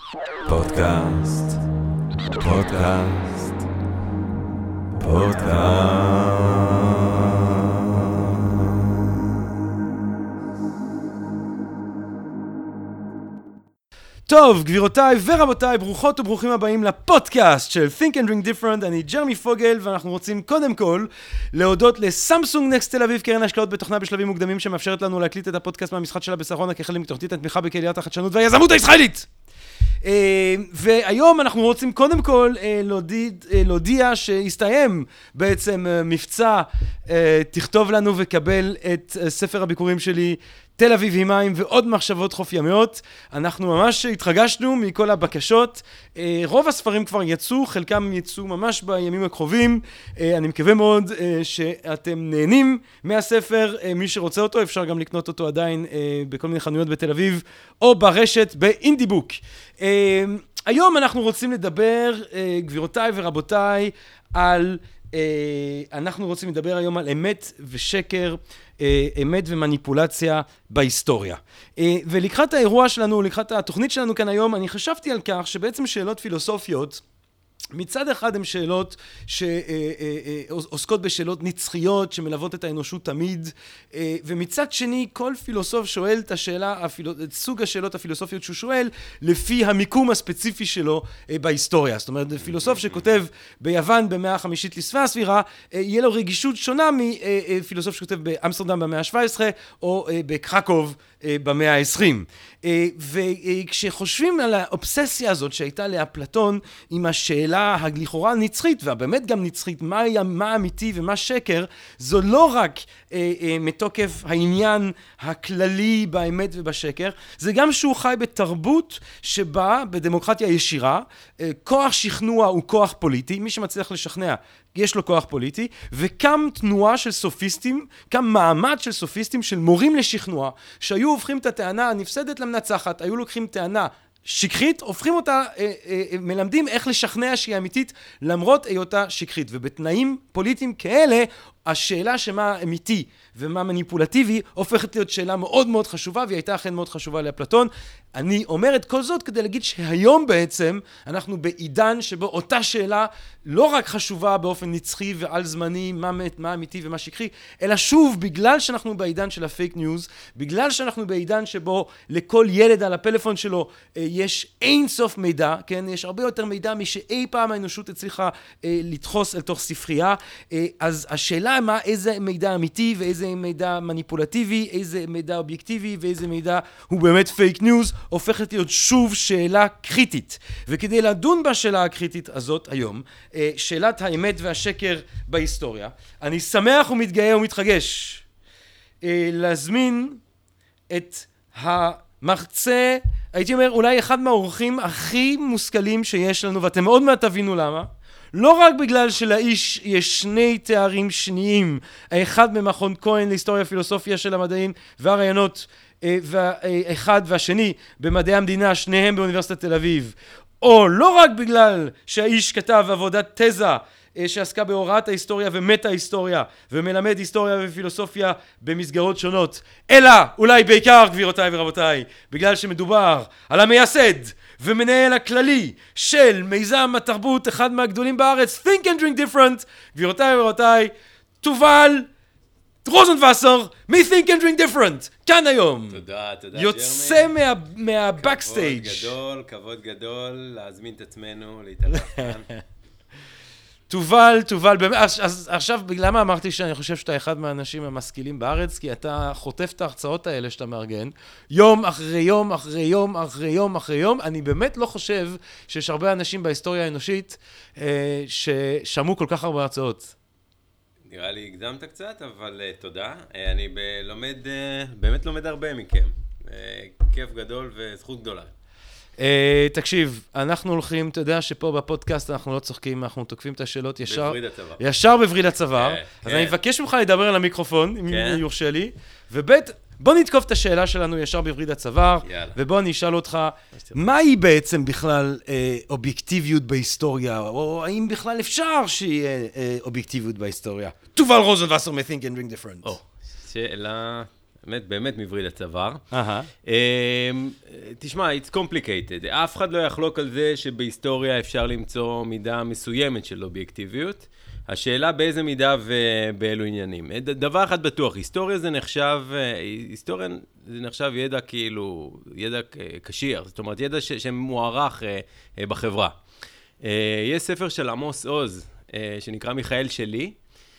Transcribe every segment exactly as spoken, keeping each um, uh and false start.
פודקאסט, פודקאסט, פודקאסט. טוב, גבירותיי ורבותיי, ברוכות וברוכים הבאים לפודקאסט של Think and Drink Different. אני ג'רמי פוגל, ואנחנו רוצים קודם כל להודות לסמסונג נקסט תל אביב, קרן ההשקעות בתוכנה בשלבים מוקדמים, שמאפשרת לנו להקליט את הפודקאסט מהמשחד שלה בשרונה כחלק מתוכנית התמיכה בקהילת החדשנות והיזמות הישראלית. והיום אנחנו רוצים קודם כל להודיע שהסתיים בעצם מבצע תכתוב לנו וקבל את ספר הביקורים שלי, תל אביב עם מים ועוד מחשבות חוף ימיות. אנחנו ממש התרגשנו מכל הבקשות. רוב הספרים כבר יצאו, חלקם יצאו ממש בימים הקרובים. אני מקווה מאוד שאתם נהנים מהספר. מי שרוצה אותו אפשר גם לקנות אותו עדיין בכל מיני חנויות בתל אביב או ברשת באינדי בוק. היום אנחנו רוצים לדבר, גבירותיי ורבותיי, על אנחנו רוצים לדבר היום על אמת ושקר, אמת ומניפולציה בהיסטוריה. ולקראת האירוע שלנו, לקראת התוכנית שלנו כאן היום, אני חשבתי על כך שבעצם שאלות פילוסופיות, מצד אחד הן שאלות שעוסקות בשאלות נצחיות שמלוות את האנושות תמיד, ומצד שני כל פילוסוף שואל את השאלה, את סוג השאלות הפילוסופיות שהוא שואל, לפי המיקום הספציפי שלו בהיסטוריה. זאת אומרת, פילוסוף שכותב ביוון במאה החמישית לספירה הסבירה, יהיה לו רגישות שונה מפילוסוף שכותב באמסטרדם במאה ה-שבע עשרה, או בקרקוב במאה ה-עשרים. וכשחושבים על האובססיה הזאת שהייתה לאפלטון עם השאלה לכאורה נצחית, והבאמת גם נצחית, מה, מה אמיתי ומה שקר, זו לא רק אה, אה, מתוקף העניין הכללי באמת ובשקר, זה גם שהוא חי בתרבות שבה בדמוקרטיה ישירה, אה, כוח שכנוע הוא כוח פוליטי, מי שמצליח לשכנע יש לו כוח פוליטי, וקם תנועה של סופיסטים, קם מעמד של סופיסטים, של מורים לשכנוע, שהיו הופכים את הטענה הנפסדת למנצחת, היו לוקחים טענה שקרית, הופכים אותה, אה, אה, מלמדים איך לשכנע שהיא אמיתית, למרות היותה שקרית. ובתנאים פוליטיים כאלה, השאלה שמה אמיתי ומה מניפולטיבי, הופכת להיות שאלה מאוד מאוד חשובה, והיא הייתה אכן מאוד חשובה לאפלטון. אני אומר את כל זאת כדי להגיד שהיום בעצם, אנחנו בעידן שבו אותה שאלה לא רק חשובה באופן נצחי ועל זמני, מה, מה אמיתי ומה שקרי, אלא שוב, בגלל שאנחנו בעידן של הפייק ניוז, בגלל שאנחנו בעידן שבו לכל ילד על הפלאפון שלו יש אין סוף מידע, כן? יש הרבה יותר מידע משאי פעם האנושות הצליחה לדחוס אל תוך ספרייה, אז השאלה מה, איזה מידע אמיתי ואיזה מידע מניפולטיבי, איזה מידע אובייקטיבי ואיזה מידע הוא באמת פייק ניוז, הופכת להיות שוב שאלה קריטית. וכדי לדון בשאלה הקריטית הזאת היום, שאלת האמת והשקר בהיסטוריה, אני שמח ומתגאה ומתרגש להזמין את המרצה, הייתי אומר אולי אחד מהאורחים הכי מושכלים שיש לנו, ואתם מאוד מעט תבינו למה. לא רק בגלל שלאיש יש שני תארים שניים, האחד במכון כהן להיסטוריה פילוסופיה של המדעים והרעיונות, והאחד והשני במדעי המדינה, שניהם באוניברסיטת תל אביב, או לא רק בגלל שהאיש כתב עבודת תזה שעסקה בהוראת ההיסטוריה ומטה ההיסטוריה ומלמד היסטוריה ופילוסופיה במסגרות שונות, אלא אולי בעיקר גבירותיי ורבותיי בגלל שמדובר על המייסד ומנהל הכללי של מיזם התרבות אחד מהגדולים בארץ, Think and Drink Different, גבירותיי ורבותיי, תובל רוזנווסר מ-Think and Drink Different, כאן היום. תודה, תודה. יוצא מה, מהבקסטייג'. כבוד גדול, כבוד גדול, להזמין את עצמנו, להתארח כאן. תובל, תובל, אז עכשיו למה אמרתי שאני חושב שאתה אחד מהאנשים המשכילים בארץ? כי אתה חוטף את ההרצאות האלה שאתה מארגן, יום אחרי יום אחרי יום אחרי יום אחרי יום. אני באמת לא חושב שיש הרבה אנשים בהיסטוריה האנושית אה, ששמעו כל כך הרבה הרצאות. נראה לי הקדמת קצת, אבל uh, תודה. Uh, אני ב- לומד, uh, באמת לומד הרבה מכם. Uh, כיף גדול וזכות גדולה. Uh, תקשיב, אנחנו הולכים, אתה יודע שפה בפודקאסט אנחנו לא צוחקים, אנחנו תוקפים את השאלות ישר, בבריד הצוואר. ישר בבריד הצוואר. כן, אז כן. אני מבקש ממך לדבר על המיקרופון, אם כן. יורשה לי. ובית, בוא נתקוף את השאלה שלנו ישר בבריד הצוואר, יאללה. ובוא אני אשאל אותך, מהי בעצם בכלל אה, אובייקטיביות בהיסטוריה, או האם בכלל אפשר שיהיה אה, אובייקטיביות בהיסטוריה? תובל רוזנווסר מ-Think and Drink Different. או, שאלה באמת, באמת מבריא לצוואר. אהה. תשמע, it's complicated. אף אחד לא יחלוק על זה שבהיסטוריה אפשר למצוא מידה מסוימת של אובייקטיביות. השאלה באיזה מידה ובאלו עניינים. דבר אחד בטוח, היסטוריה זה נחשב, היסטוריה זה נחשב ידע כאילו, ידע קשיר, זאת אומרת, ידע ש- שמוערך בחברה. יש ספר של עמוס עוז, שנקרא מיכאל שלי,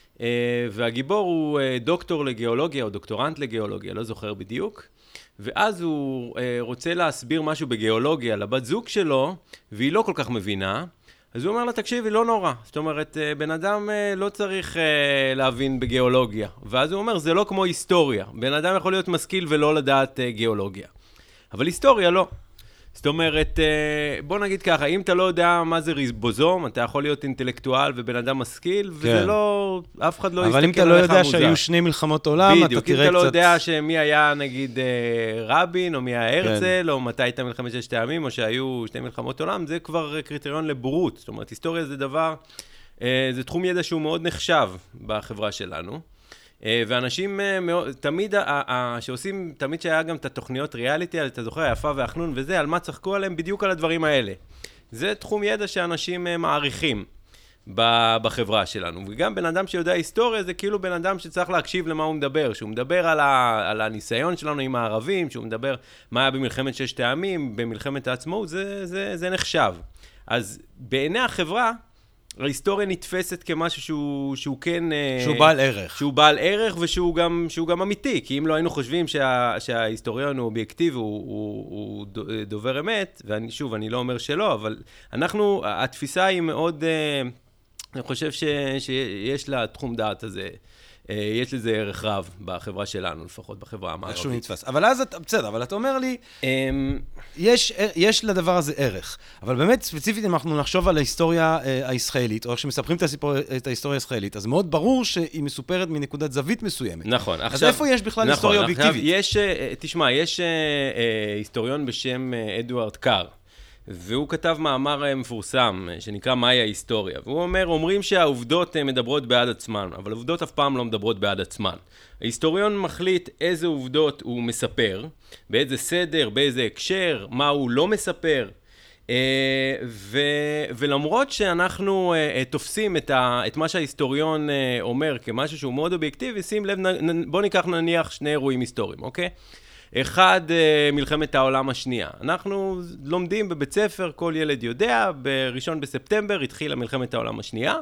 והגיבור הוא דוקטור לגיאולוגיה או דוקטורנט לגיאולוגיה, לא זוכר בדיוק, ואז הוא רוצה להסביר משהו בגיאולוגיה לבת זוג שלו, והיא לא כל כך מבינה, אז הוא אומר לה, תקשיבי, לא נורא. זאת אומרת, בן אדם לא צריך להבין בגיאולוגיה. ואז הוא אומר, זה לא כמו היסטוריה. בן אדם יכול להיות משכיל ולא לדעת גיאולוגיה. אבל היסטוריה לא. זאת אומרת, בוא נגיד ככה, אם אתה לא יודע מה זה ריבוזום, אתה יכול להיות אינטלקטואל ובן אדם משכיל, וזה לא, אף אחד לא יסתכל עליך מוזר. אבל אם אתה לא יודע שהיו שני מלחמות עולם, אתה תראה קצת... בדיוק, אם אתה לא יודע שמי היה נגיד רבין, או מי היה הרצל, או מתי הייתה מלחמת ששת הימים, או שהיו שני מלחמות עולם, זה כבר קריטריון לבורות. זאת אומרת, היסטוריה זה דבר, זה תחום ידע שהוא מאוד נחשב בחברה שלנו. ואנשים תמיד, שעושים, תמיד שהיה גם את התוכניות ריאליטי, אתה זוכר, היפה והחנון וזה, על מה צחקו עליהם? בדיוק על הדברים האלה. זה תחום ידע שאנשים מעריכים בחברה שלנו. וגם בן אדם שיודע היסטוריה, זה כאילו בן אדם שצריך להקשיב למה הוא מדבר, שהוא מדבר על, ה, על הניסיון שלנו עם הערבים, שהוא מדבר מה היה במלחמת ששת הימים, במלחמת העצמאות, זה, זה, זה נחשב. אז בעיני החברה, ההיסטוריה נתפסת כמשהו שהוא, שהוא כן... שהוא בעל ערך. שהוא בעל ערך ושהוא גם, שהוא גם אמיתי, כי אם לא היינו חושבים שה, שההיסטוריון הוא אובייקטיבי, הוא, הוא, הוא דובר אמת, ואני, שוב, אני לא אומר שלא, אבל אנחנו, התפיסה היא מאוד, אני חושב ש, שיש לה תחום דעת הזה, יש לזה ערך רב בחברה שלנו, לפחות בחברה המערבית. איכשהו נתפס. אבל אז, בסדר, אבל אתה אומר לי, יש, יש לדבר הזה ערך. אבל באמת, ספציפית, אם אנחנו נחשוב על ההיסטוריה הישראלית, או כשמספרים את, הסיפור, את ההיסטוריה הישראלית, אז מאוד ברור שהיא מסופרת מנקודת זווית מסוימת. נכון. אז עכשיו, איפה יש בכלל נכון, היסטוריה אובייקטיבית? יש, תשמע, יש היסטוריון בשם אדוארד קאר, והוא כתב מאמר מפורסם שנקרא מהי ההיסטוריה. והוא אומר, אומרים שהעובדות מדברות בעד עצמן, אבל העובדות אף פעם לא מדברות בעד עצמן. ההיסטוריון מחליט איזה עובדות הוא מספר, באיזה סדר, באיזה הקשר, מה הוא לא מספר. ו... ולמרות שאנחנו תופסים את, ה... את מה שההיסטוריון אומר כמשהו שהוא מאוד אובייקטיבי, שים לב, בוא ניקח נניח שני אירועים היסטוריים, אוקיי? אחד, מלחמת העולם השנייה. אנחנו לומדים בבית ספר, כל ילד יודע, בראשון בספטמבר התחילה מלחמת העולם השנייה.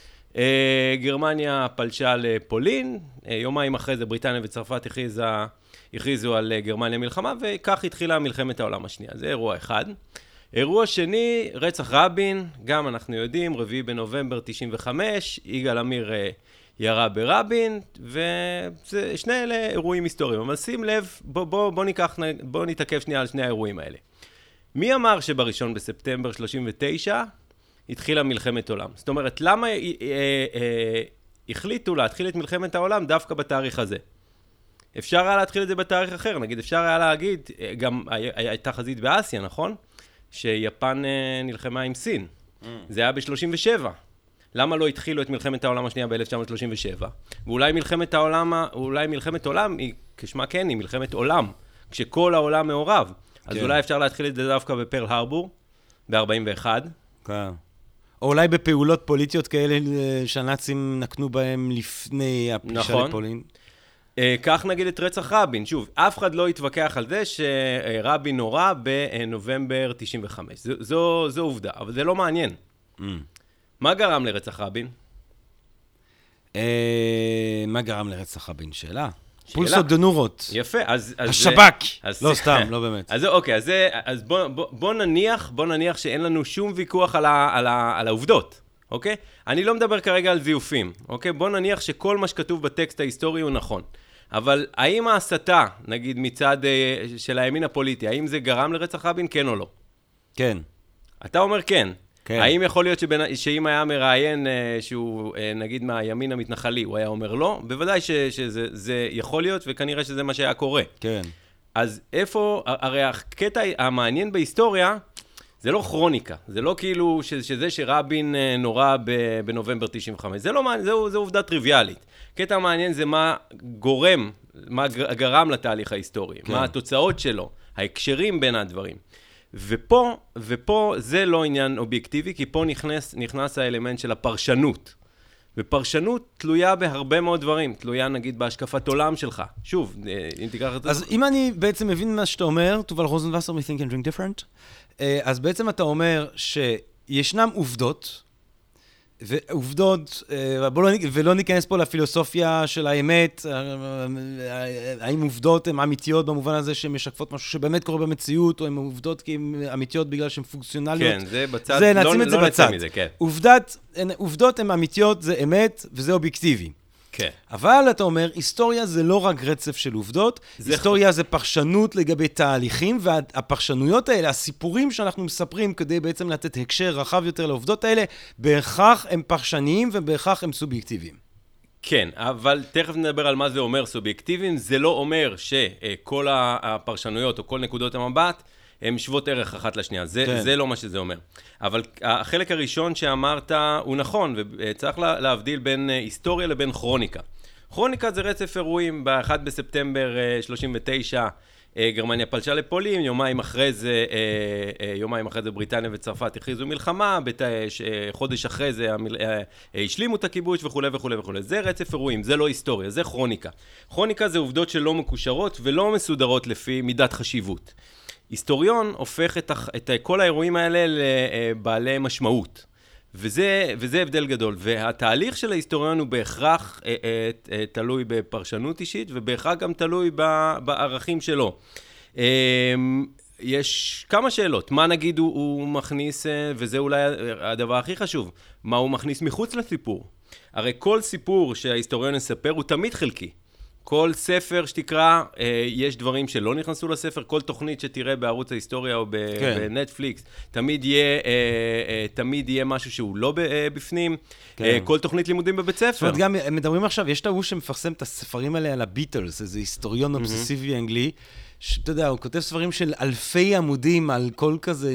גרמניה פלשה לפולין, יומיים אחרי זה בריטניה וצרפת הכריזה, הכריזו על גרמניה מלחמה, וכך התחילה מלחמת העולם השנייה. זה אירוע אחד. אירוע שני, רצח רבין, גם אנחנו יודעים, רביעי בנובמבר תשעים וחמש, יגאל עמיר ירה ברבין, וזה שני אלה אירועים היסטוריים. אבל שים לב, בוא, בוא, בוא, ניקח, בוא נתעכב שנייה על שני האירועים האלה. מי אמר שבראשון בספטמבר שלושים ותשע התחילה מלחמת עולם? זאת אומרת, למה אה, אה, אה, החליטו להתחיל את מלחמת העולם דווקא בתאריך הזה? אפשר היה להתחיל את זה בתאריך אחר, נגיד אפשר היה להגיד, גם הייתה חזית באסיה, נכון? שיפן אה, נלחמה עם סין. Mm. זה היה ב-שלושים ושבע. למה לא התחילו את מלחמת העולם השנייה ב-אלף תשע מאות שלושים ושבע? ואולי מלחמת העולם, אולי מלחמת עולם, היא, כשמה כן, היא מלחמת עולם, כשכל העולם מעורב. אז כן. אולי אפשר להתחיל את זה דווקא בפרל הרבור, ב-ארבעים ואחת. כן. או אולי בפעולות פוליטיות כאלה שהנאצים נקנו בהם לפני הפלישה נכון. לפולין. כך נגיד את רצח רבין. שוב, אף אחד לא יתווכח על זה שרבין נורא בנובמבר תשעים וחמש. זו, זו, זו עובדה, אבל זה לא מעניין. Mm. מה גרם לרצח רבין? מה גרם לרצח רבין? שאלה. פולסות דנורות. יפה, אז... השב"כ. לא סתם, לא באמת. אז אוקיי, אז בוא נניח, בוא נניח שאין לנו שום ויכוח על העובדות, אוקיי? אני לא מדבר כרגע על זיופים, אוקיי? בוא נניח שכל מה שכתוב בטקסט ההיסטורי הוא נכון. אבל האם ההסתה, נגיד מצד של הימין הפוליטי, האם זה גרם לרצח רבין, כן או לא? כן. אתה אומר כן. כן. האם יכול להיות שבנ... שאם היה מראיין שהוא נגיד מהימין המתנחלי, הוא היה אומר לא? בוודאי ש... שזה זה יכול להיות, וכנראה שזה מה שהיה קורה. כן. אז איפה, הרי הקטע המעניין בהיסטוריה, זה לא כרוניקה, זה לא כאילו ש, שזה שרבין נורא בנובמבר תשעים וחמש, זה לא מעניין, זה, זה עובדה טריוויאלית. קטע מעניין זה מה גורם, מה גרם לתהליך ההיסטורי, כן. מה התוצאות שלו, ההקשרים בין הדברים. ופה, ופה זה לא עניין אובייקטיבי, כי פה נכנס, נכנס האלמנט של הפרשנות. ופרשנות תלויה בהרבה מאוד דברים, תלויה נגיד בהשקפת עולם שלך. שוב, אם תיקח את זה... אז אם אני בעצם מבין מה שאתה אומר, תובל רוזנווסר, we think and drink different, אז בעצם אתה אומר שישנם עובדות, ועובדות, בוא לא, ולא ניכנס פה לפילוסופיה של האמת, האם עובדות הן אמיתיות במובן הזה שהן משקפות משהו שבאמת קורה במציאות, או הן עובדות כי הן אמיתיות בגלל שהן פונקציונליות. כן, זה בצד, זה, לא, לא, לא לא נצא מזה, כן. עובדת, עובדות הן אמיתיות, זה אמת, וזה אובייקטיבי. כן. אבל אתה אומר, היסטוריה זה לא רק רצף של עובדות, זה היסטוריה זה פרשנות לגבי תהליכים, והפרשנויות האלה, הסיפורים שאנחנו מספרים כדי בעצם לתת הקשר רחב יותר לעובדות האלה, בהכרח הם פרשניים ובהכרח הם סובייקטיביים. כן, אבל תכף נדבר על מה זה אומר סובייקטיביים, זה לא אומר שכל הפרשנויות או כל נקודות המבט, הם שוות ערך אחת לשנייה, זה, כן. זה לא מה שזה אומר. אבל החלק הראשון שאמרת הוא נכון, וצריך להבדיל בין היסטוריה לבין כרוניקה. כרוניקה זה רצף אירועים, ב-אחד בספטמבר שלושים ותשע, גרמניה פלשה לפולין, יומיים אחרי זה, יומיים אחרי זה בריטניה וצרפת הכריזו מלחמה, חודש אחרי זה השלימו את הכיבוש וכו' וכו' וכו'. זה רצף אירועים, זה לא היסטוריה, זה כרוניקה. כרוניקה זה עובדות שלא מקושרות ולא מסודרות לפי מידת חשיבות. היסטוריון הופך את, את כל האירועים האלה לבעלי משמעות, וזה, וזה הבדל גדול. והתהליך של ההיסטוריון הוא בהכרח אה, אה, תלוי בפרשנות אישית, ובהכרח גם תלוי בערכים שלו. אה, יש כמה שאלות. מה נגיד הוא, הוא מכניס, וזה אולי הדבר הכי חשוב, מה הוא מכניס מחוץ לסיפור? הרי כל סיפור שההיסטוריון יספר הוא תמיד חלקי. כל ספר שתקרא, יש דברים שלא נכנסו לספר, כל תוכנית שתראה בערוץ ההיסטוריה או בנטפליקס, תמיד יהיה, תמיד יהיה משהו שהוא לא בפנים, כל תוכנית לימודים בבית ספר. זאת אומרת, גם מדברים עכשיו, יש את ההוא שמפרסם את הספרים האלה על הביטלס, איזה היסטוריון אובססיבי אנגלי, שאתה יודע, הוא כותב ספרים של אלפי עמודים על כל כזה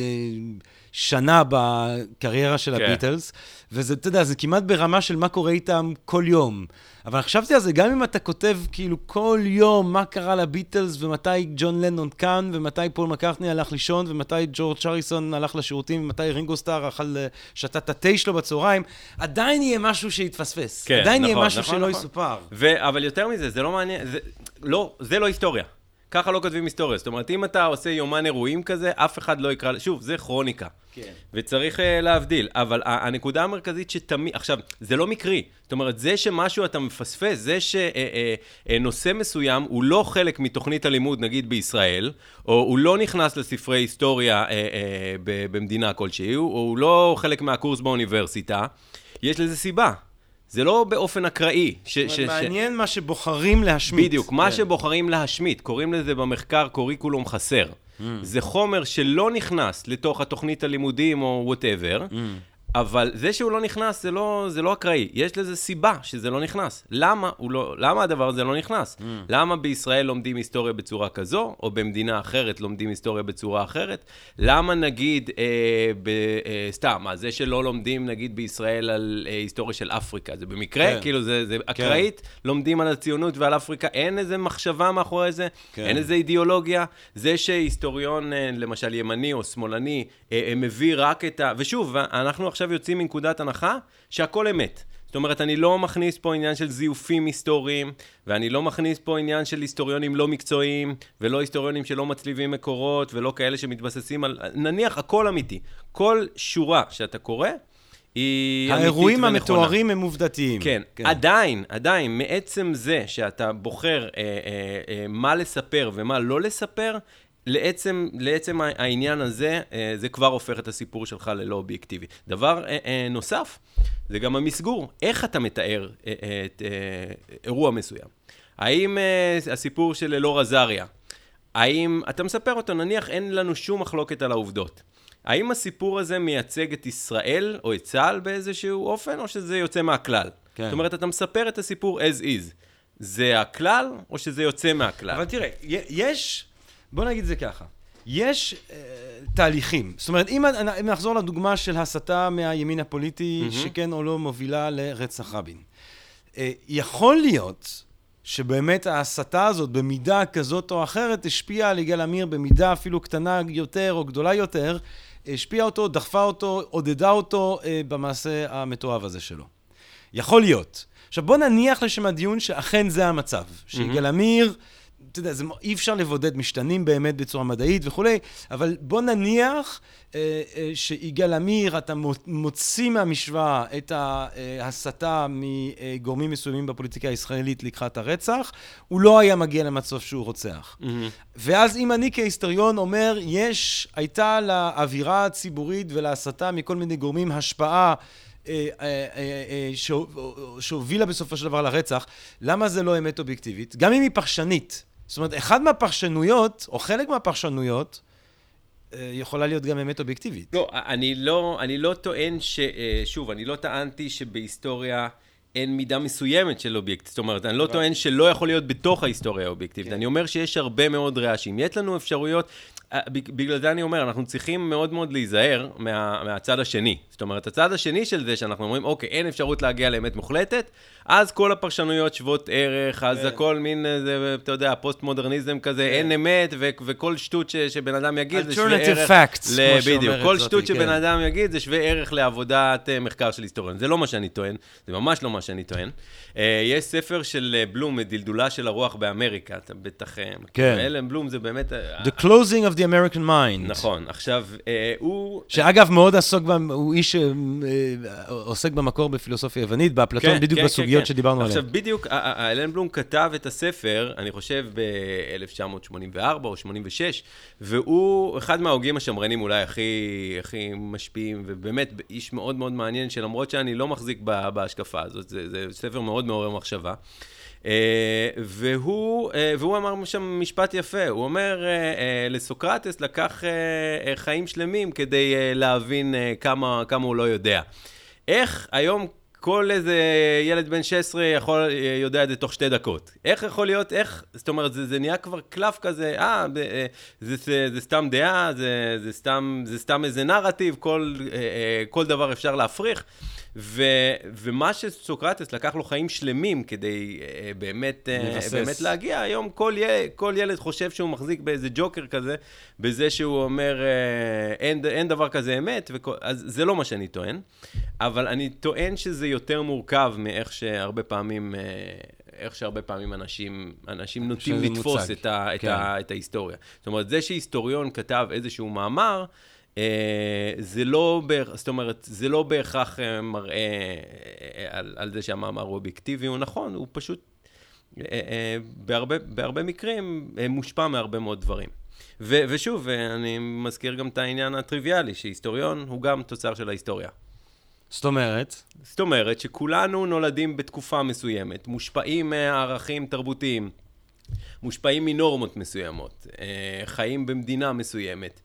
שנה בקריירה של הביטלס, וזה, אתה יודע, זה כמעט ברמה של מה קורה איתם כל יום. אבל חשבתי על זה, גם אם אתה כותב כאילו כל יום מה קרה לביטלס, ומתי ג'ון לנון כאן, ומתי פול מקרטני הלך לישון, ומתי ג'ורג' הריסון הלך לשירותים, ומתי רינגו סטאר אכל שתה את התה שלו בצהריים, עדיין יהיה משהו שיתפספס. כן, עדיין נכון, יהיה משהו נכון, שלא נכון. יסופר. ו- אבל יותר מזה, זה לא מעניין, זה לא, זה לא היסטוריה. ככה לא כותבים היסטוריה. זאת אומרת, אם אתה עושה יומן אירועים כזה, אף אחד לא יקרא, שוב, זה כרוניקה. כן. וצריך uh, להבדיל. אבל הנקודה המרכזית שתמיד, עכשיו, זה לא מקרי. זאת אומרת, זה שמשהו אתה מפספס, זה שנושא מסוים הוא לא חלק מתוכנית הלימוד, נגיד בישראל, או הוא לא נכנס לספרי היסטוריה uh, uh, במדינה כלשהי, או הוא לא חלק מהקורס באוניברסיטה, יש לזה סיבה. זה לא באופן אקראי. ש- ש- מעניין ש- מה שבוחרים להשמיט. בדיוק, מה שבוחרים להשמיט. קוראים לזה במחקר קוריקולום חסר. Mm. זה חומר שלא נכנס לתוך התוכנית הלימודים או whatever, mm. אבל זה שהוא לא נכנס, זה לא, זה לא אקראי. יש לזה סיבה שזה לא נכנס. למה, הוא לא, למה הדבר הזה לא נכנס? Mm. למה בישראל לומדים היסטוריה בצורה כזו, או במדינה אחרת לומדים היסטוריה בצורה אחרת? למה נגיד, אה, ב, אה, סתם, מה, זה שלא לומדים נגיד בישראל על אה, היסטוריה של אפריקה, זה במקרה, כן. כאילו זה, זה אקראית, כן. לומדים על הציונות ועל אפריקה, אין איזה מחשבה מאחורי זה, כן. אין איזה אידיאולוגיה. זה שהיסטוריון, אה, למשל ימני או שמאלני, אה, אה, מביא רק את ה... ושוב, אנחנו עכשיו יוצאים מנקודת הנחה שהכל אמת. זאת אומרת, אני לא מכניס פה עניין של זיופים היסטוריים, ואני לא מכניס פה עניין של היסטוריונים לא מקצועיים, ולא היסטוריונים שלא מצליבים מקורות, ולא כאלה שמתבססים על... נניח, הכל אמיתי. כל שורה שאתה קורא, היא אמיתית ונכונה. האירועים המתוארים הם עובדתיים. כן. כן. עדיין, עדיין, מעצם זה שאתה בוחר אה, אה, אה, מה לספר ומה לא לספר, לעצם, לעצם העניין הזה, זה כבר הופך את הסיפור שלך ללא אובייקטיבי. דבר נוסף, זה גם המסגור. איך אתה מתאר את אירוע מסוים? האם הסיפור של אלאור עזריה, האם אתה מספר אותו, נניח אין לנו שום מחלוקת על העובדות. האם הסיפור הזה מייצג את ישראל או את צה"ל באיזשהו אופן, או שזה יוצא מהכלל? כן. זאת אומרת, אתה מספר את הסיפור as is. זה הכלל או שזה יוצא מהכלל? אבל תראה, יש... בוא נגיד זה ככה. יש uh, תהליכים. זאת אומרת, אם, אם נחזור לדוגמה של הסתה מהימין הפוליטי, mm-hmm. שכן או לא מובילה לרצח רבין. Uh, יכול להיות שבאמת ההסתה הזאת, במידה כזאת או אחרת, השפיעה על יגאל עמיר במידה אפילו קטנה יותר או גדולה יותר, השפיעה אותו, דחפה אותו, עודדה אותו uh, במעשה המתועב הזה שלו. יכול להיות. עכשיו בוא נניח לשם הדיון שאכן זה המצב, שיגאל עמיר, אתה יודע, זה, אי אפשר לבודד משתנים באמת בצורה מדעית וכולי, אבל בוא נניח אה, אה, שיגאל עמיר, אתה מוציא מהמשוואה את ההסתה מגורמים מסוימים בפוליטיקה הישראלית לקראת הרצח, הוא לא היה מגיע למצב שהוא רוצח. Mm-hmm. ואז אם אני כהיסטוריון אומר, יש, הייתה לאווירה הציבורית ולהסתה מכל מיני גורמים השפעה, שהובילה בסופו של דבר לרצח, למה זה לא אמת אובייקטיבית? גם אם היא פרשנית. זאת אומרת, אחד מהפרשנויות, או חלק מהפרשנויות, יכולה להיות גם אמת אובייקטיבית. לא, אני לא, אני לא טוען ש... שוב, אני לא טענתי שבהיסטוריה אין מידה מסוימת של אובייקט. זאת אומרת, אני לא טוען שלא יכול להיות בתוך ההיסטוריה האובייקטיבית. אני אומר שיש הרבה מאוד רעשים. יש לנו אפשרויות... בגלל זה אני אומר, אנחנו צריכים מאוד מאוד להיזהר מה, מהצד השני. זאת אומרת, הצד השני של זה שאנחנו אומרים, אוקיי, אין אפשרות להגיע לאמת מוחלטת, אז כל הפרשנויות שוות ערך, אז הכל מין, זה, אתה יודע, פוסט-מודרניזם כזה, אין אמת, ו- וכל שטות ש- שבן אדם יגיד, זה שווה ערך... facts, ל- בדיוק, כל שטות שבן אדם יגיד, זה שווה ערך לעבודת מחקר של היסטוריון. זה לא מה שאני טוען, זה ממש לא מה שאני טוען. יש ספר של בלום, דלדולה של הרוח באמריקה, אתה בטח... כן. אלן בלום זה באמת... The closing of the American mind. נכון, עכשיו, הוא... שאגב, מאוד עסוק, הוא איש שעוסק במקור בפילוסופיה יוונית, באפלטון, בדיוק בסוגיות שדיברנו עליהן. עכשיו, בדיוק, אלן בלום כתב את הספר, אני חושב, ב-אלף תשע מאות שמונים וארבע או שמונים ושש, והוא אחד מההוגים השמרנים אולי הכי, הכי משפיעים, ובאמת איש מאוד מאוד מעניין, שלמרות שאני לא מחזיק בהשקפה הזאת, זה, זה ספר מאוד מעורר מחשבה. Uh, והוא, uh, והוא אמר שם משפט יפה, הוא אומר, uh, uh, לסוקרטס לקח uh, uh, חיים שלמים כדי uh, להבין uh, כמה, כמה הוא לא יודע. איך היום כל איזה ילד בן שש עשרה יכול, uh, יודע את זה תוך שתי דקות? איך יכול להיות, איך, זאת אומרת, זה, זה נהיה כבר קלף כזה, אה, uh, זה, זה, זה סתם דעה, זה, זה, סתם, זה סתם איזה נרטיב, כל, uh, uh, כל דבר אפשר להפריך. ו, ומה שסוקרטס לקח לו חיים שלמים כדי uh, באמת, uh, באמת להגיע, היום כל, ילד, כל ילד חושב שהוא מחזיק באיזה ג'וקר כזה, בזה שהוא אומר, uh, אין, אין דבר כזה אמת, וכל, אז זה לא מה שאני טוען, אבל אני טוען שזה יותר מורכב מאיך שהרבה פעמים, uh, איך שהרבה פעמים אנשים, אנשים נוטים לתפוס את, ה, את, כן. ה, את ההיסטוריה. זאת אומרת, זה שהיסטוריון כתב איזשהו מאמר, זה לא, זאת אומרת, זה לא בהכרח מראה על, על זה שהמאמר הוא אובייקטיבי, הוא נכון, הוא פשוט, בהרבה, בהרבה מקרים, מושפע מהרבה מאוד דברים. ו, ושוב, אני מזכיר גם את העניין הטריוויאלי, שהיסטוריון הוא גם תוצר של ההיסטוריה. זאת אומרת? זאת אומרת שכולנו נולדים בתקופה מסוימת, מושפעים מערכים תרבותיים, מושפעים מנורמות מסוימות, חיים במדינה מסוימת.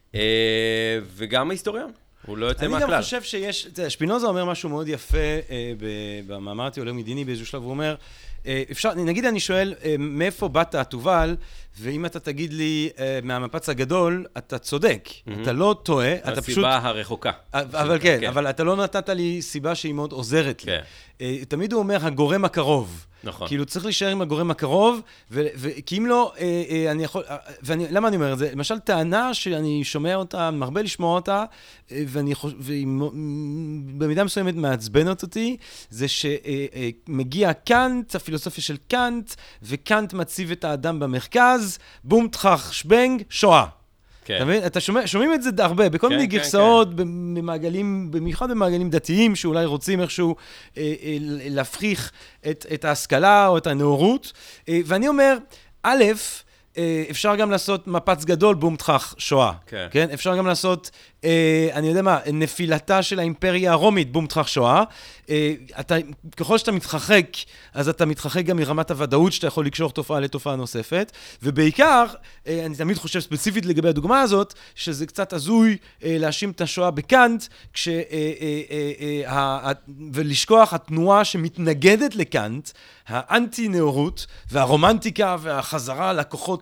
וגם ההיסטוריון, הוא לא יוצא מהכלל. אני גם חושב שיש, שפינוזה אומר משהו מאוד יפה במאמר תיאולוגי מדיני באיזשהו שלב, הוא אומר, אפשר, נגיד אני שואל, מאיפה באת התובל, ואם אתה תגיד לי מהמפץ הגדול, אתה צודק, אתה לא טועה, אתה פשוט... הסיבה הרחוקה. אבל כן, אבל אתה לא נתת לי סיבה שהיא מאוד עוזרת לי. תמיד הוא אומר, הגורם הקרוב. נכון. כאילו צריך להישאר עם הגורם הקרוב, כי אם לא, אני יכול... ולמה אני אומר את זה? למשל, טענה שאני שומע אותה, מרבה לשמוע אותה, ואני חושב, ובמידה מסוימת מעצבנת אותי, זה שמגיע קאנט, הפילוסופיה של קאנט, וקאנט מציב את האדם במרכז, בום תחך שבנג, שואה. כן. אתה מבין? אתה שומע, שומעים את זה הרבה, בכל כן, מיני כן, גרסאות, כן. במעגלים, במיוחד במעגלים דתיים, שאולי רוצים איכשהו אה, אה, להפריך את, את ההשכלה או את הנאורות. אה, ואני אומר, א', אה, אפשר גם לעשות מפץ גדול, בום תחך שואה. כן. כן? אפשר גם לעשות, אה, אני יודע מה, נפילתה של האימפריה הרומית, בום תחך שואה. אה, אתה, ככל שאתה מתחחק, אז אתה מתחחק גם מרמת הוודאות שאתה יכול לקשור תופעה לתופעה נוספת. ובעיקר, אה, אני תמיד חושב ספציפית לגבי הדוגמה הזאת, שזה קצת הזוי אה, להאשים את השואה בקאנט, כש, אה, אה, אה, אה, ה, ולשכוח התנועה שמתנגדת לקאנט, האנטי-נאורות והרומנטיקה והחזרה לכוחות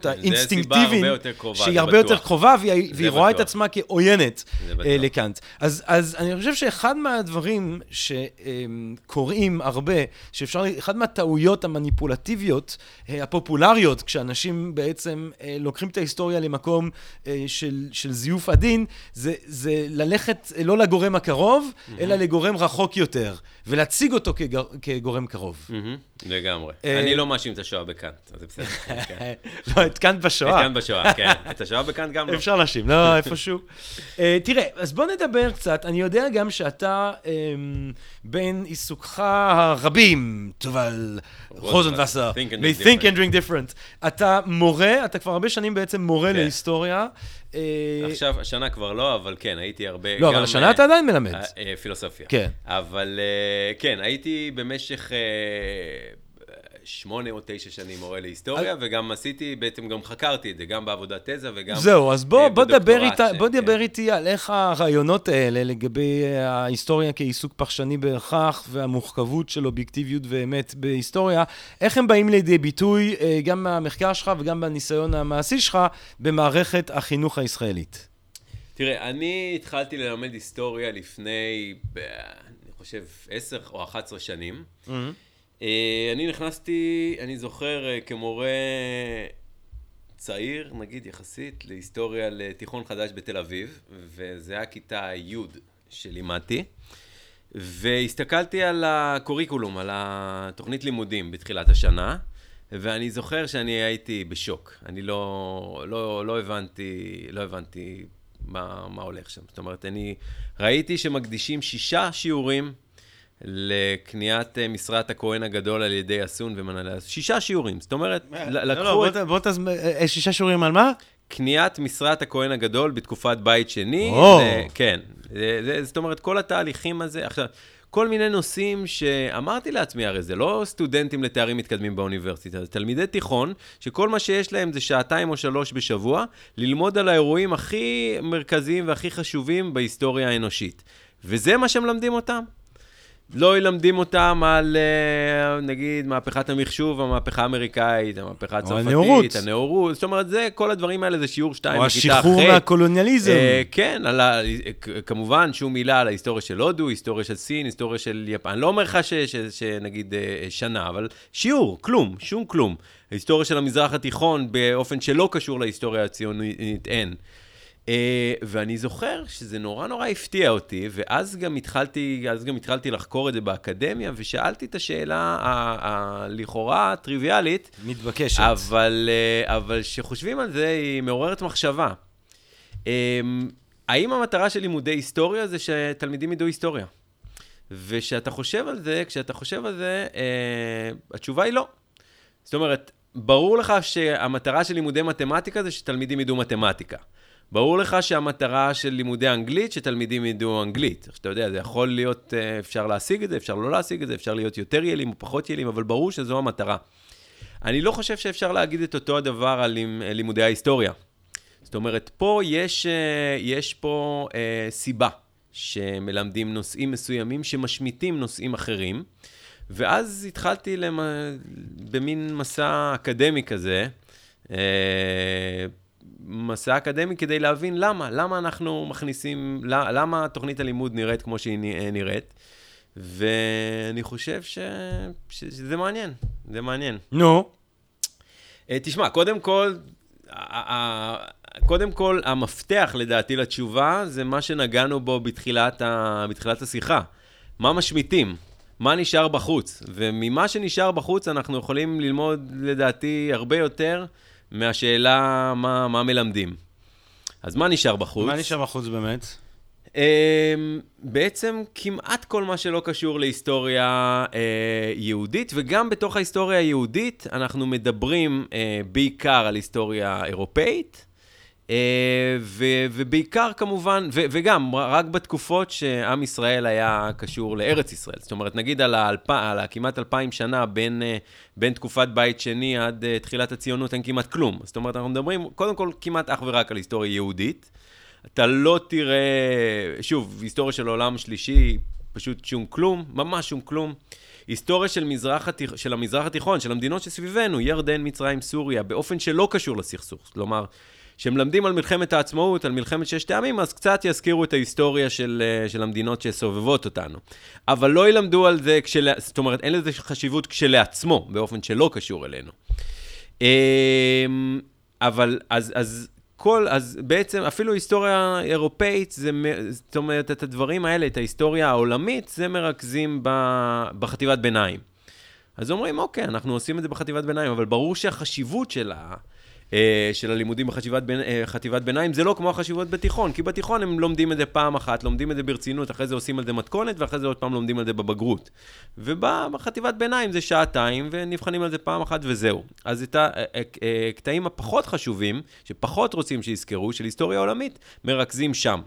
הזאת האינסטינקטיבית, שהיא הרבה יותר בטוח. קרובה, והיא, והיא רואה את בטוח. עצמה כעוינת זה לקאנט. אז, אז אני חושב שאחד מהדברים שקוראים הרבה, שאפשר, אחד מהטעויות המניפולטיביות, הפופולריות, כשאנשים בעצם לוקחים את ההיסטוריה למקום של, של זיוף הדין, זה, זה ללכת לא לגורם הקרוב, mm-hmm. אלא לגורם רחוק יותר, ולהציג אותו כגר, כגורם קרוב. Mm-hmm. לגמרי. אני לא מאשים את השואה בקאנט, אז זה בסדר. לא, את קאנט בשואה. את קאנט בשואה, כן. את השואה בקאנט גם לא. אפשר להאשים, לא, איפשהו. תראה, אז בוא נדבר קצת. אני יודע גם שאתה בין עיסוקך הרבים, תובל רוזנווסר, מ-Think and Drink Different. אתה מורה, אתה כבר הרבה שנים בעצם מורה להיסטוריה. עכשיו, השנה כבר לא, אבל כן, הייתי הרבה... לא, אבל השנה אתה עדיין מלמד. פילוסופיה. כן. אבל כן, הייתי במשך שמונה או תשע שנים מורה להיסטוריה, וגם עשיתי, בעצם גם חקרתי את זה, גם בעבודת תזה וגם... זהו, אז בוא דבר איתי על איך הרעיונות האלה לגבי ההיסטוריה כעיסוק פחשני בהכרח, והמורכבות של אובייקטיביות ואמת בהיסטוריה, איך הם באים לידי ביטוי גם מהמחקר שלך וגם בניסיון המעשי שלך במערכת החינוך הישראלית? תראה, אני התחלתי ללמד היסטוריה לפני, אני חושב, עשר או אחת עשרה שנים. אני נכנסתי, אני זוכר, כמורה צעיר, נגיד יחסית, להיסטוריה לתיכון חדש בתל אביב, וזה היה כיתה י' שלימדתי, והסתכלתי על הקוריקולום, על התוכנית לימודים בתחילת השנה, ואני זוכר שאני הייתי בשוק. אני לא, לא, לא הבנתי, לא הבנתי מה, מה הולך שם. זאת אומרת, אני ראיתי שמקדישים שישה שיעורים לקניית משרת הכהן הגדול על ידי אסון ומנהלי. שישה שיעורים. זאת אומרת, לקחו את... בוא תזמ... שישה שיעורים על מה? קניית משרת הכהן הגדול בתקופת בית שני. כן. זאת אומרת, כל התהליכים הזה. עכשיו, כל מיני נושאים שאמרתי לעצמי, הרי זה לא סטודנטים לתארים מתקדמים באוניברסיטה, זה תלמידי תיכון, שכל מה שיש להם זה שעתיים או שלוש בשבוע, ללמוד על האירועים הכי מרכזיים והכי חשובים בהיסטוריה האנושית. וזה מה שמלמדים אותם. לא ילמדים אותם על, נגיד, מהפכת המחשוב, המהפכה האמריקאית, המהפכה הצרפתית, הנאורות. זאת אומרת, זה, כל הדברים האלה זה שיעור שתיים בכיתה אחרת. או השחרור מהקולוניאליזם. כן, כמובן, שום מילה על ההיסטוריה של הודו, היסטוריה של סין, היסטוריה של יפן. אני לא אומר לך שנגיד שנה, אבל שיעור, כלום, שום כלום. ההיסטוריה של המזרח התיכון באופן שלא קשור להיסטוריה הציונית, אין. Uh, ואני זוכר שזה נורא נורא הפתיע אותי, ואז גם התחלתי, אז גם התחלתי לחקור את זה באקדמיה, ושאלתי את השאלה הלכאורה טריוויאלית, מתבקשת. אבל, uh, אבל שחושבים על זה היא מעוררת מחשבה. Um, האם המטרה של לימודי היסטוריה זה שתלמידים ידעו היסטוריה? ושאתה חושב על זה, כשאתה חושב על זה, uh, התשובה היא לא. זאת אומרת, ברור לך שהמטרה של לימודי מתמטיקה זה שתלמידים ידעו מתמטיקה. ברור לך שהמטרה של לימודי אנגלית, שתלמידים ידעו אנגלית. שאתה יודע, זה יכול להיות, אפשר להשיג את זה, אפשר לא להשיג את זה, אפשר להיות יותר יעילים או פחות יעילים, אבל ברור שזו המטרה. אני לא חושב שאפשר להגיד את אותו הדבר על לימודי ההיסטוריה. זאת אומרת, פה יש, יש פה סיבה שמלמדים נושאים מסוימים שמשמיטים נושאים אחרים, ואז התחלתי למ... במין מסע אקדמי כזה, מסע אקדמי כדי להבין למה, למה אנחנו מכניסים, למה תוכנית הלימוד נראית כמו שהיא נראית, ואני חושב ש... שזה מעניין, זה מעניין. נו. תשמע, קודם כל, קודם כל, המפתח לדעתי לתשובה, זה מה שנגענו בו בתחילת, ה... בתחילת השיחה. מה משמיטים? מה נשאר בחוץ? וממה שנשאר בחוץ אנחנו יכולים ללמוד לדעתי הרבה יותר מהשאלה מה, מה מלמדים. אז מה נשאר בחוץ? מה נשאר בחוץ באמת? בעצם כמעט כל מה שלא קשור להיסטוריה יהודית, וגם בתוך ההיסטוריה היהודית אנחנו מדברים בעיקר על היסטוריה אירופאית, ובעיקר כמובן, וגם רק בתקופות שעם ישראל היה קשור לארץ ישראל. זאת אומרת, נגיד על כמעט אלפיים שנה בין, בין תקופת בית שני עד תחילת הציונות אין כמעט כלום. זאת אומרת, אנחנו מדברים קודם כל כמעט אך ורק על היסטוריה יהודית. אתה לא תראה, שוב, היסטוריה של עולם שלישי, פשוט שום כלום, ממש שום כלום. היסטוריה של, מזרח התיכ... של המזרח התיכון, של המדינות שסביבנו, ירדן, מצרים, סוריה, באופן שלא קשור לסכסוך. כלומר, כשמלמדים על מלחמת העצמאות, על מלחמת ששת הימים, אז קצת יזכירו את ההיסטוריה של, של המדינות שסובבות אותנו. אבל לא ילמדו על זה, כשל... זאת אומרת, אין לזה חשיבות כשלעצמו, באופן שלא קשור אלינו. אבל אז, אז כל, אז בעצם אפילו היסטוריה אירופאית, זה, זאת אומרת, את הדברים האלה, את ההיסטוריה העולמית, זה מרכזים ב, בחטיבת ביניים. אז אומרים, אוקיי, אנחנו עושים את זה בחטיבת ביניים, אבל ברור שהחשיבות שלה, של הלימודים בחטיבת בין, חטיבת ביניים, זה לא כמו החשיבות בתיכון, כי בתיכון הם לומדים את זה פעם אחת, לומדים את זה ברצינות, אחרי זה עושים על זה מתכונת, ואחרי זה עוד פעם לומדים על זה בבגרות. ובחטיבת ביניים זה שעתיים, ונבחנים על זה פעם אחת וזהו. אז את הקטעים הפחות חשובים, שפחות רוצים שיזכרו, של היסטוריה עולמית, מרכזים שם.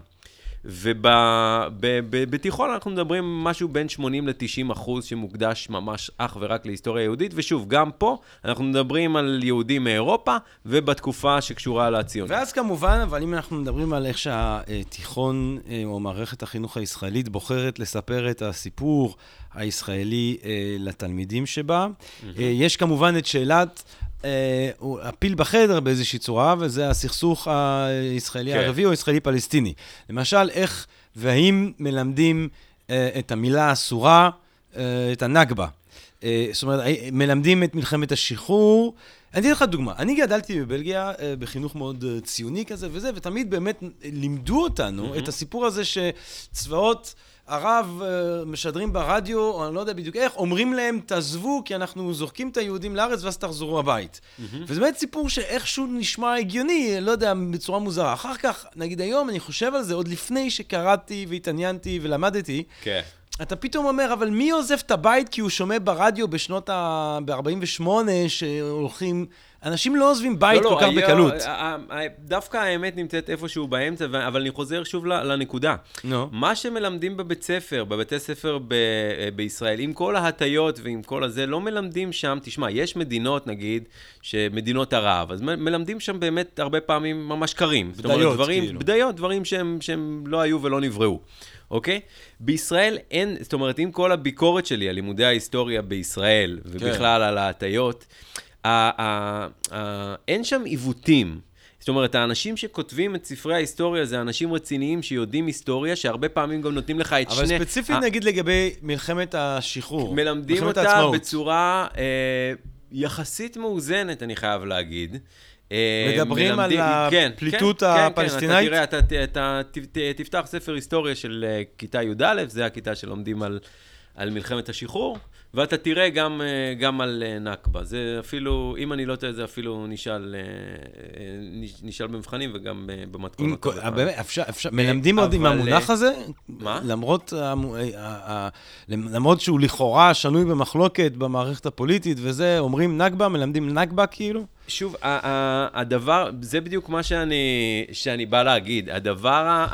ובתיכון אנחנו מדברים משהו בין שמונים ל-תשעים אחוז שמוקדש ממש אך ורק להיסטוריה יהודית, ושוב, גם פה אנחנו מדברים על יהודים מאירופה, ובתקופה שקשורה לציונות. ואז כמובן, אבל אם אנחנו מדברים על איך שהתיכון או מערכת החינוך הישראלית בוחרת לספר את הסיפור הישראלי לתלמידים שבה, יש כמובן את שאלת הוא הפיל בחדר באיזושהי צורה, וזה הסכסוך הישראלי הערבי או הישראלי-פלסטיני. למשל, איך והאם מלמדים את המילה האסורה, את הנכבה. זאת אומרת, מלמדים את מלחמת השחרור. אני אתן לך דוגמה. אני גדלתי בבלגיה בחינוך מאוד ציוני כזה וזה, ותמיד באמת לימדו אותנו את הסיפור הזה שצבאות ערב משדרים ברדיו, או אני לא יודע בדיוק איך, אומרים להם, תעזבו, כי אנחנו זורקים את היהודים לארץ, ואז תחזרו הבית. וזה באמת סיפור שאיכשהו נשמע הגיוני, לא יודע, בצורה מוזרה. אחר כך, נגיד היום, אני חושב על זה, עוד לפני שקראתי והתעניינתי ולמדתי, כן. אתה פתאום אומר, אבל מי עוזב את הבית כי הוא שומע ברדיו בשנות ה... ב-ארבעים ושמונה שהולכים... אנשים לא עוזבים בית לא, כל כך לא, בקלות. דווקא האמת נמצאת איפשהו באמצע, אבל אני חוזר שוב לנקודה. No. מה שמלמדים בבית ספר, בבתי ספר ב- בישראל, עם כל ההטיות ועם כל הזה, לא מלמדים שם, תשמע, יש מדינות, נגיד, שמדינות ערב, אז מלמדים שם באמת הרבה פעמים ממש קרים. בדיות, דברים, כאילו. בדיות, דברים שהם, שהם לא היו ולא נבראו. אוקיי? בישראל אין, זאת אומרת, עם כל הביקורת שלי על לימודי ההיסטוריה בישראל, ובכלל על ההטיות, אין שם עיוותים. זאת אומרת, האנשים שכותבים את ספרי ההיסטוריה, זה אנשים רציניים שיודעים היסטוריה, שהרבה פעמים גם נותנים לך את אבל שני... אבל ספציפית נגיד לגבי מלחמת השחרור. מלמדים אותה בצורה יחסית מאוזנת, אני חייב להגיד. מדברים על הפליטות הפלסטינאית? תראה, אתה תפתח ספר היסטוריה של כיתה י' א', זה הכיתה שלומדים על מלחמת השחרור, ואתה תראה גם, גם על נכבה. זה אפילו, אם אני לא טועה, זה אפילו נשאל, נשאל במבחנים וגם במתכונות. באמת, אפשר, אפשר, מלמדים עוד עם המונח הזה? מה? למרות, למרות שהוא לכאורה שנוי במחלוקת במערכת הפוליטית וזה, אומרים נכבה, מלמדים נכבה כאילו? שוב, הדבר, זה בדיוק מה שאני, שאני בא להגיד. הדבר,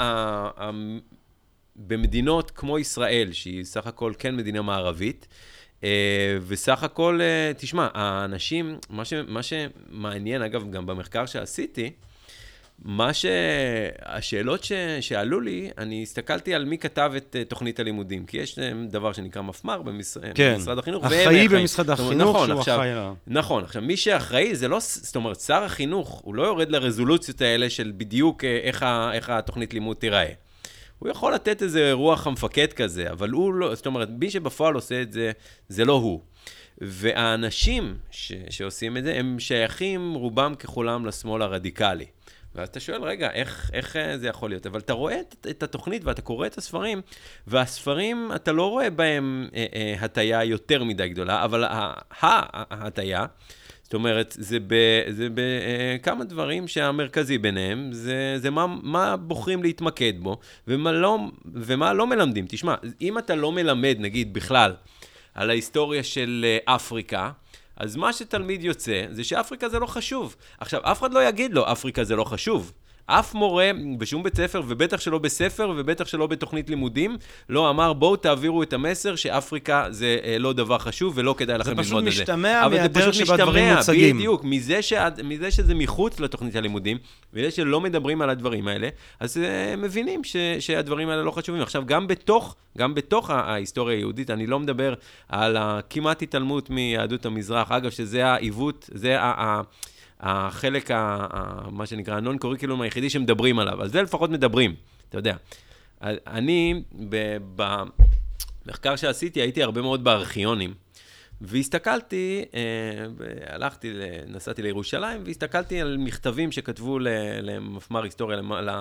במדינות כמו ישראל, שהיא סך הכל כן מדינה מערבית, וסך הכל, תשמע, האנשים, מה, ש, מה שמעניין, אגב, גם במחקר שעשיתי, מה שהשאלות ש, שעלו לי, אני הסתכלתי על מי כתב את תוכנית הלימודים, כי יש דבר שנקרא מפמ"ר במשרד, כן, במשרד החינוך. אחראי במשרד החינוך נכון, שהוא עכשיו, אחראי. נכון, עכשיו, מי שאחראי, זה לא, זאת אומרת, שר החינוך, הוא לא יורד לרזולוציות האלה של בדיוק איך, איך התוכנית לימוד תיראה. הוא יכול לתת איזה רוח המפקד כזה, אבל הוא לא, זאת אומרת, מי שבפועל עושה את זה, זה לא הוא. והאנשים ש, שעושים את זה, הם שייכים רובם ככולם לשמאל הרדיקלי. ואז אתה שואל, רגע, איך, איך זה יכול להיות? אבל אתה רואה את, את התוכנית ואתה קורא את הספרים, והספרים, אתה לא רואה בהם אה, אה, הטיה יותר מדי גדולה, אבל ההטיה, זאת אומרת, זה בכמה דברים שהמרכזי ביניהם, זה, זה מה, מה בוחרים להתמקד בו, ומה לא, ומה לא מלמדים. תשמע, אם אתה לא מלמד, נגיד, בכלל, על ההיסטוריה של אפריקה, אז מה שתלמיד יוצא, זה שאפריקה זה לא חשוב. עכשיו, אף אחד לא יגיד לו, אפריקה זה לא חשוב. אף מורה בשום בית ספר, ובטח שלא בספר, ובטח שלא בתוכנית לימודים, לא אמר, בואו תעבירו את המסר שאפריקה זה לא דבר חשוב, ולא כדאי לכם ללמוד את זה. זה פשוט משתמע מהדרך שבה דברים מוצגים. בדיוק, מזה, ש... מזה שזה מחוץ לתוכנית הלימודים, וזה שלא מדברים על הדברים האלה, אז מבינים ש... שהדברים האלה לא חשובים. עכשיו, גם בתוך, גם בתוך ההיסטוריה היהודית, אני לא מדבר על כמעט התעלמות מיהדות המזרח, אגב, שזה העיוות, זה ה... החלק, ה... מה שנקרא, הנון-קוריקולום היחידי שמדברים עליו. על זה לפחות מדברים, אתה יודע. אני, במחקר שעשיתי, הייתי הרבה מאוד בארכיונים, והסתכלתי, הלכתי, נסעתי לירושלים, והסתכלתי על מכתבים שכתבו למפמ"ר היסטוריה,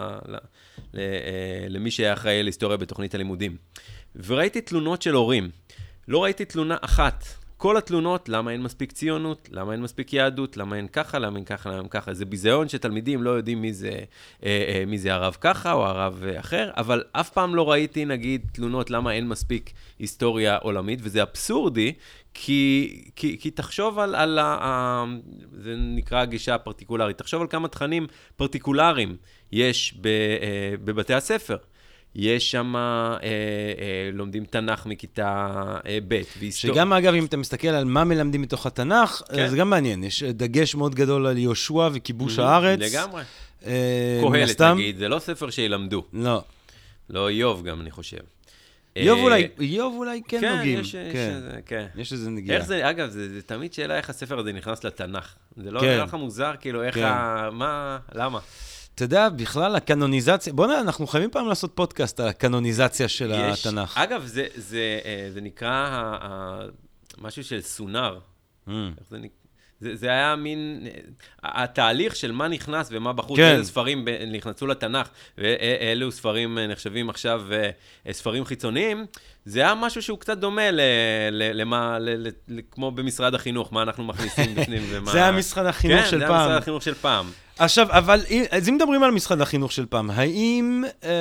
למי שהיה אחראי להיסטוריה בתוכנית הלימודים. וראיתי תלונות של הורים. לא ראיתי תלונה אחת. כל התלונות, למה אין מספיק ציונות, למה אין מספיק יהדות, למה אין ככה, למה אין ככה, למה אין ככה. זה ביזיון שתלמידים לא יודעים מי זה, מי זה הרב ככה או הרב אחר, אבל אף פעם לא ראיתי, נגיד, תלונות למה אין מספיק היסטוריה עולמית, וזה אבסורדי, כי, כי, כי תחשוב על, על ה, זה נקרא גישה פרטיקולרית, תחשוב על כמה תכנים פרטיקולריים יש ב, בבתי הספר. יש שם, אה, אה, לומדים תנ"ך מכיתה אה, ב' והיסטוריה. שגם אגב, אם אתה מסתכל על מה מלמדים מתוך התנ"ך, כן. זה גם מעניין. יש דגש מאוד גדול על יהושע וכיבוש mm-hmm, הארץ. לגמרי. אה, קהלת מסתם... נגיד, זה לא ספר שילמדו. לא. לא איוב גם, אני חושב. איוב אולי, איוב אולי כן, כן נוגעים. יש, כן, יש, כן. יש איזה נגיעה. איך זה, אגב, זה, זה תמיד שאלה איך הספר הזה נכנס לתנ"ך. זה לא כן. נראה לך מוזר, כאילו, איך כן. ה... מה, למה? אתה יודע, בכלל הקנוניזציה, בוא נראה, אנחנו חייבים פעם לעשות פודקאסט על הקנוניזציה של יש, התנ"ך. אגב, זה, זה, זה נקרא ה, ה, משהו של סונר. Mm. איך זה נקרא? זה, זה היה מין, התהליך של מה נכנס ומה בחוץ, כן. איזה ספרים נכנסו לתנ"ך, ואלו ספרים נחשבים עכשיו ספרים חיצוניים, זה היה משהו שהוא קצת דומה ל, ל, למה, ל, ל, ל, כמו במשרד החינוך, מה אנחנו מכניסים בפנים ומה... זה היה משרד החינוך כן, של פעם. פעם. כן, זה היה משרד החינוך של פעם. עכשיו, אבל אז אם מדברים על משרד החינוך של פעם, האם, אה,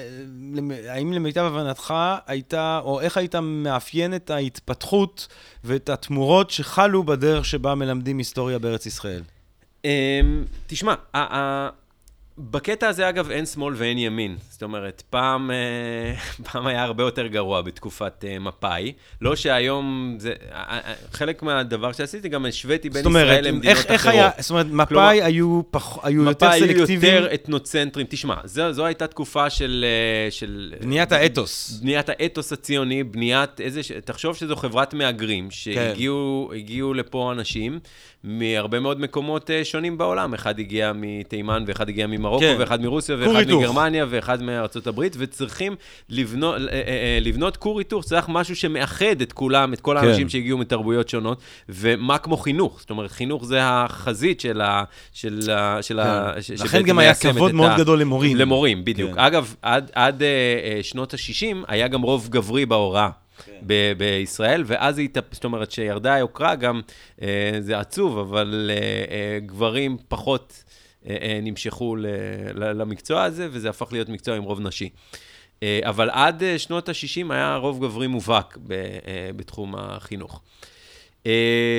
האם למיטב הבנתך הייתה, או איך היית מאפיין את ההתפתחות ואת התמורות שחלו בדרך שבה מלמדים היסטוריה בארץ ישראל? תשמע, בקטע הזה אגב אין שמאל ואין ימין, זאת אומרת, פעם, פעם היה הרבה יותר גרוע בתקופת מפאי, לא שהיום, זה, חלק מהדבר שעשיתי גם השוויתי בין ישראל למדינות אחרות. איך היה, זאת אומרת, מפאי היו, פח, היו יותר סלקטיביים? מפאי היו יותר אתנוצנטרים, תשמע, זו, זו הייתה תקופה של, של... בניית האתוס. בניית האתוס הציוני, בניית איזה, תחשוב שזו חברת מאגרים, שהגיעו, הגיעו לפה אנשים, מהרבה מאוד מקומות שונים בעולם, אחד הגיע מתימן ואחד הגיע ממרוקו, כן. ואחד מרוסיה ואחד מגרמניה ואחד מארצות הברית, וצריכים לבנות, לבנות כור היתוך, צריך משהו שמאחד את כולם, את כל האנשים כן. שהגיעו מתרבויות שונות, ומה כמו חינוך, זאת אומרת, חינוך זה החזית של ה... של ה... של ה כן. ש... לכן גם היה כבוד מאוד ה... גדול למורים. למורים, בדיוק. כן. אגב, עד, עד שנות ה-שישים היה גם רוב גברי בהוראה. ב- בישראל, ואז היא, זאת אומרת, שירדה היוקרה גם, אה, זה עצוב, אבל אה, גברים פחות אה, אה, נמשכו ל- ל- למקצוע הזה, וזה הפך להיות מקצוע עם רוב נשי. אה, אבל עד אה, שנות ה-שישים היה רוב גברי מובהק ב- אה, בתחום החינוך. אה,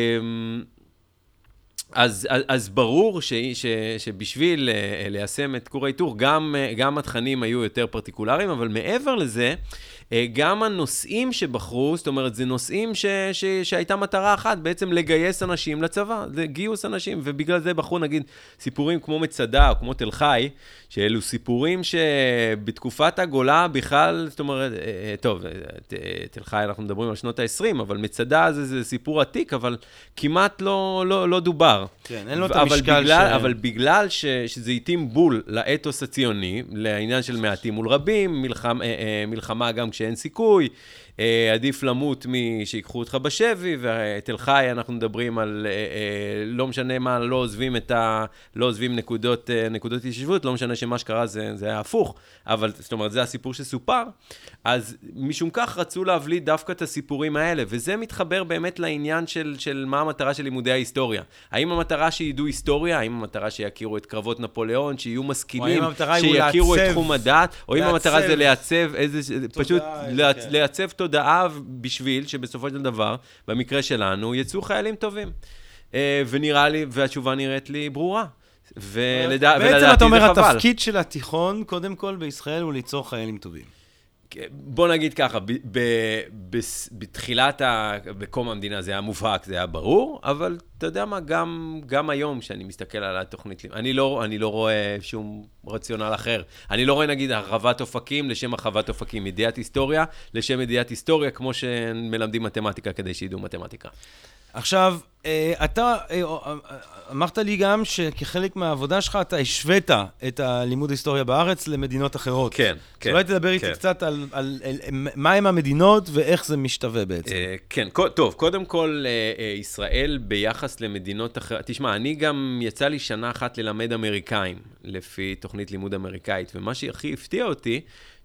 אז, אז ברור ש, ש, שבשביל ליישם את כור ההיתוך, גם, גם התכנים היו יותר פרטיקולריים, אבל מעבר לזה, גם הנושאים שבחרו, זאת אומרת, זה נושאים ש, ש, שהייתה מטרה אחת, בעצם לגייס אנשים לצבא, זה גיוס אנשים, ובגלל זה בחרו, נגיד, סיפורים כמו מצדה או כמו תל חי, שאלו סיפורים שבתקופת הגולה בכלל, זאת אומרת, טוב, תל חי אנחנו מדברים על שנות ה-עשרים, אבל מצדה זה, זה סיפור עתיק, אבל כמעט לא, לא, לא דובר. כן, אין לו את המשקל ש... אבל בגלל ש, שזה התאים בול לאתוס הציוני, לעניין של מעטים מול רבים, מלחמה, מלחמה גם כשאין סיכוי, עדיף למות משיקחו אותך בשבי, ותל חי אנחנו מדברים על, לא משנה מה, לא עוזבים את ה... לא עוזבים נקודות, נקודות התיישבות, לא משנה שמה שקרה זה, זה היה הפוך, אבל זאת אומרת, זה הסיפור שסופר, אז משום כך רצו להבליט דווקא את הסיפורים האלה, וזה מתחבר באמת לעניין של, של מה המטרה של לימודי ההיסטוריה. האם המטרה שידעו היסטוריה, האם המטרה שיכירו את קרבות נפוליאון, שיהיו משכילים, שיכירו את תחום הדעת, או אם המטרה זה לייצב איזה, פשוט לייצב תודעה בשביל שבסופו של דבר, במקרה שלנו, יצאו חיילים טובים. ונראה לי, והתשובה נראית לי ברורה. ולדעתי בעצם זה אתה אומר, חבל. התפקיד של התיכון, קודם כל בישראל, הוא ליצור חיילים טובים. בוא נגיד ככה, ב- ב- ב- בתחילת, ה- בקום המדינה זה היה מובהק, זה היה ברור, אבל אתה יודע מה, גם, גם היום כשאני מסתכל על התוכנית, אני לא, אני לא רואה שום רציונל אחר. אני לא רואה, נגיד, הרחבת אופקים לשם הרחבת אופקים, ידיעת היסטוריה לשם ידיעת היסטוריה, כמו שמלמדים מתמטיקה כדי שידעו מתמטיקה. עכשיו, אתה אמרת לי גם שכחלק מהעבודה שלך אתה השווית את הלימוד היסטוריה בארץ למדינות אחרות. כן, כן. אולי תדבר איתי קצת על מהם המדינות ואיך זה משתווה בעצם. כן, טוב, קודם כל, ישראל ביחס למדינות אחרות, תשמע, אני גם יצא לי שנה אחת ללמד אמריקאים, לפי תוכנית לימוד אמריקאית, ומה שהכי הפתיע אותי,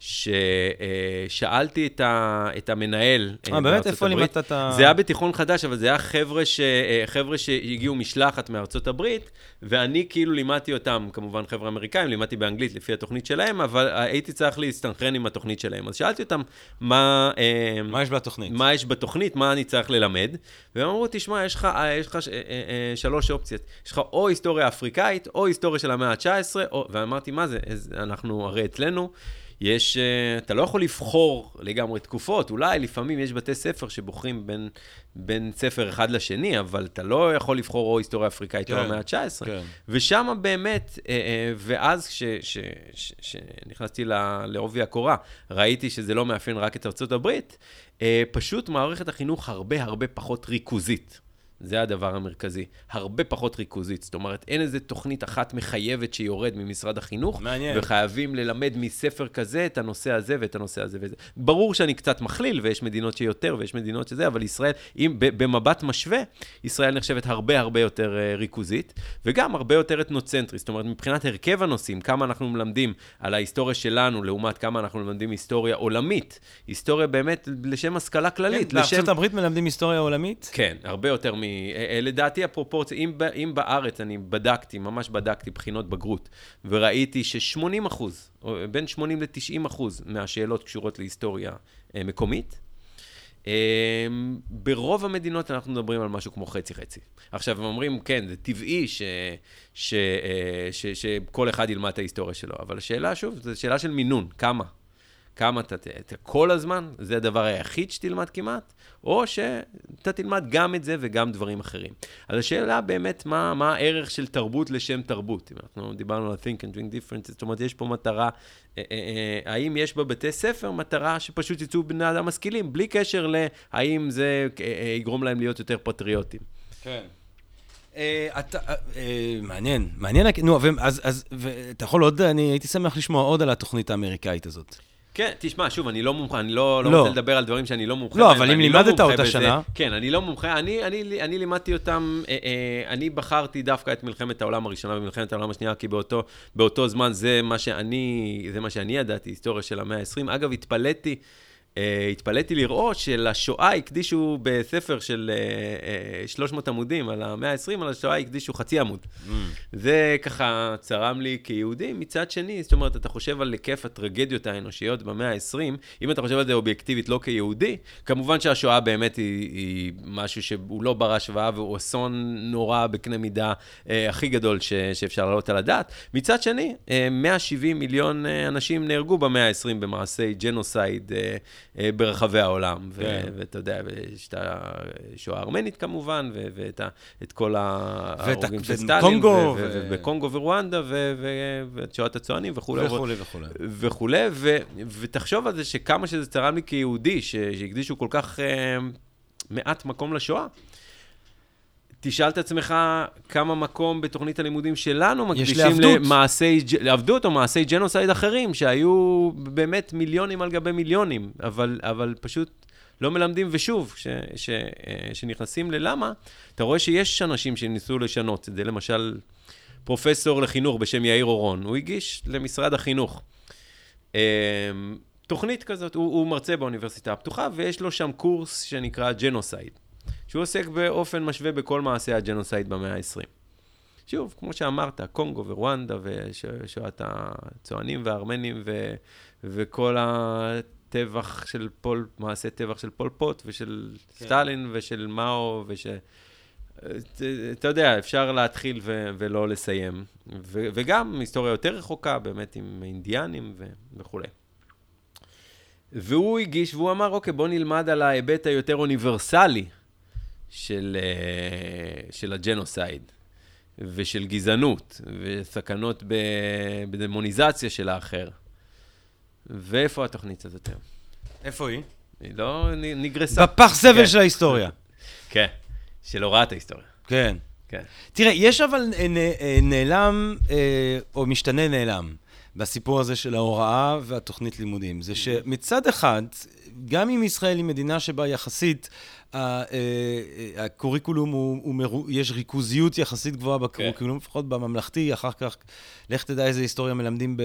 ששאלתי את, ה, את המנהל. אה, באמת? איפה לימדת את ה... זה היה בתיכון חדש, אבל זה היה חבר'ה, ש, חבר'ה שהגיעו משלחת מארצות הברית, ואני כאילו לימדתי אותם, כמובן חבר'ה אמריקאים, לימדתי באנגלית לפי התוכנית שלהם, אבל הייתי צריך להסתנכרן עם התוכנית שלהם. אז שאלתי אותם, מה... מה יש בתוכנית? מה יש בתוכנית, מה אני צריך ללמד, והם אמרו, תשמע, יש לך, יש לך שלוש אופציות. יש לך או היסטוריה אפריקאית, או היסטוריה של המאה ה-תשע עשרה, או... ואמרתי, מה זה? אנחנו הרי אצלנו, יש, אתה לא יכול לבחור לגמרי תקופות, אולי לפעמים יש בתי ספר שבוחרים בין, בין ספר אחד לשני, אבל אתה לא יכול לבחור או היסטוריה אפריקאית או המאה ה-תשע עשרה. כן. ושם באמת, ואז כשנכנסתי לעובי הקורה, ראיתי שזה לא מאפיין רק את ארצות הברית, פשוט מערכת החינוך הרבה הרבה פחות ריכוזית. זה הדבר המרכזי. הרבה פחות ריכוזית. זאת אומרת, אין איזו תוכנית אחת מחייבת שיורד ממשרד החינוך, מעניין. וחייבים ללמד מספר כזה את הנושא הזה ואת הנושא הזה וזה. ברור שאני קצת מכליל, ויש מדינות שיותר ויש מדינות שזה, אבל ישראל, אם במבט משווה, ישראל נחשבת הרבה הרבה יותר ריכוזית, וגם הרבה יותר אתנוצנטרית. זאת אומרת, מבחינת הרכב הנושאים, כמה אנחנו מלמדים על ההיסטוריה שלנו, לעומת כמה אנחנו מלמדים היסטוריה עולמית. היסטוריה באמת לשם השכלה כללית. כן, לארצות הברית מלמדים היסטוריה עולמית? כן, הרבה יותר מ... לדעתי הפרופורציה, אם, אם בארץ אני בדקתי, ממש בדקתי בחינות בגרות, וראיתי ש-שמונים אחוז, בין שמונים ל-תשעים אחוז מהשאלות קשורות להיסטוריה מקומית, ברוב המדינות אנחנו מדברים על משהו כמו חצי-חצי. עכשיו, הם אומרים, כן, זה טבעי ש, ש, ש, ש, שכל אחד ילמד את ההיסטוריה שלו, אבל השאלה, שוב, זו שאלה של מינון, כמה? כמה אתה, אתה כל הזמן, זה הדבר היחיד שתלמד כמעט, או שאתה תלמד גם את זה וגם דברים אחרים. אז השאלה באמת, מה, מה הערך של תרבות לשם תרבות? אם אנחנו דיברנו על think and drink different, זאת אומרת, יש פה מטרה, אה, אה, אה, האם יש בבתי ספר מטרה שפשוט יצאו בני אדם משכילים, בלי קשר להאם זה אה, אה, יגרום להם להיות יותר פטריוטים. כן. אתה, מעניין, מעניין, נו, אז אתה יכול עוד, אני הייתי שמח לשמוע עוד על התוכנית האמריקאית הזאת. כן, תשמע, שוב, אני לא מומחה, אני לא, לא, לא רוצה לדבר על דברים שאני לא מומחה. לא, אבל אם לימדת לא אותה שנה... כן, אני לא מומחה, אני, אני, אני לימדתי אותם, אה, אה, אני בחרתי דווקא את מלחמת העולם הראשונה ומלחמת העולם השנייה, כי באותו, באותו זמן זה מה שאני, זה מה שאני ידעתי, היסטוריה של המאה ה-עשרים. אגב, התפלאתי, Uh, התפלאתי לראות שלשואה הקדישו בספר של uh, uh, שלוש מאות עמודים על המאה ה-עשרים, על השואה הקדישו חצי עמוד. Mm. זה ככה צרם לי כיהודי. מצד שני, זאת אומרת, אתה חושב על היקף הטרגדיות האנושיות במאה ה-עשרים, אם אתה חושב על זה אובייקטיבית לא כיהודי, כמובן שהשואה באמת היא, היא משהו שהוא לא בר השוואה, והוא אסון נורא בקנה מידה uh, הכי גדול ש, שאפשר לעלות על הדעת. מצד שני, uh, מאה ושבעים מיליון uh, אנשים נהרגו במאה ה-עשרים במעשי ג'נוסייד, uh, ברחבי העולם, ואתה יודע, יש את השואה הארמנית כמובן, ואת כל ההרוגים של סטלין, ובקונגו ורואנדה, ואת שואת הצוענים וכו' וכו', ותחשוב על זה שכמה שזה צרם לי כיהודי, שהקדישו כל כך מעט מקום לשואה, תשאל את עצמך כמה מקום בתוכנית הלימודים שלנו מקדישים למעשי, לעבדות או מעשי ג'נוסייד אחרים, שהיו באמת מיליונים על גבי מיליונים, אבל, אבל פשוט לא מלמדים. ושוב, ש, ש, שנכנסים ללמה, אתה רואה שיש אנשים שניסו לשנות את זה, למשל פרופסור לחינוך בשם יאיר אורון, הוא הגיש למשרד החינוך תוכנית כזאת, הוא, הוא מרצה באוניברסיטה הפתוחה, ויש לו שם קורס שנקרא ג'נוסייד. שהוא עוסק באופן משווה בכל מעשי הג'נוסייד במאה ה-עשרים. שוב, כמו שאמרת, קונגו ורואנדה ושואת הצוענים והארמנים ו- וכל הטבח של פול, מעשי טבח של פול פוט ושל כן. סטלין ושל מאו וש... אתה יודע, אפשר להתחיל ו- ולא לסיים. ו- וגם היסטוריה יותר רחוקה, באמת עם אינדיאנים ו- וכו'. והוא הגיש, והוא אמר, אוקיי, בוא נלמד על ההיבט היותר אוניברסלי של, של הג'נוסייד, ושל גזענות, וסכנות בדמוניזציה של האחר. ואיפה התוכנית הזאת היום? איפה היא? היא לא נגרסה. בפח זבל של ההיסטוריה. כן, של הוראת ההיסטוריה. כן. כן. תראה, יש אבל נעלם, או משתנה נעלם, בסיפור הזה של ההוראה והתוכנית לימודים. זה שמצד אחד, גם אם ישראל היא מדינה שבה יחסית, הקוריקולום הוא, יש ריכוזיות יחסית גבוהה בקוריקולום, לפחות בממלכתי, אחר כך, לך תדע איזה היסטוריה מלמדים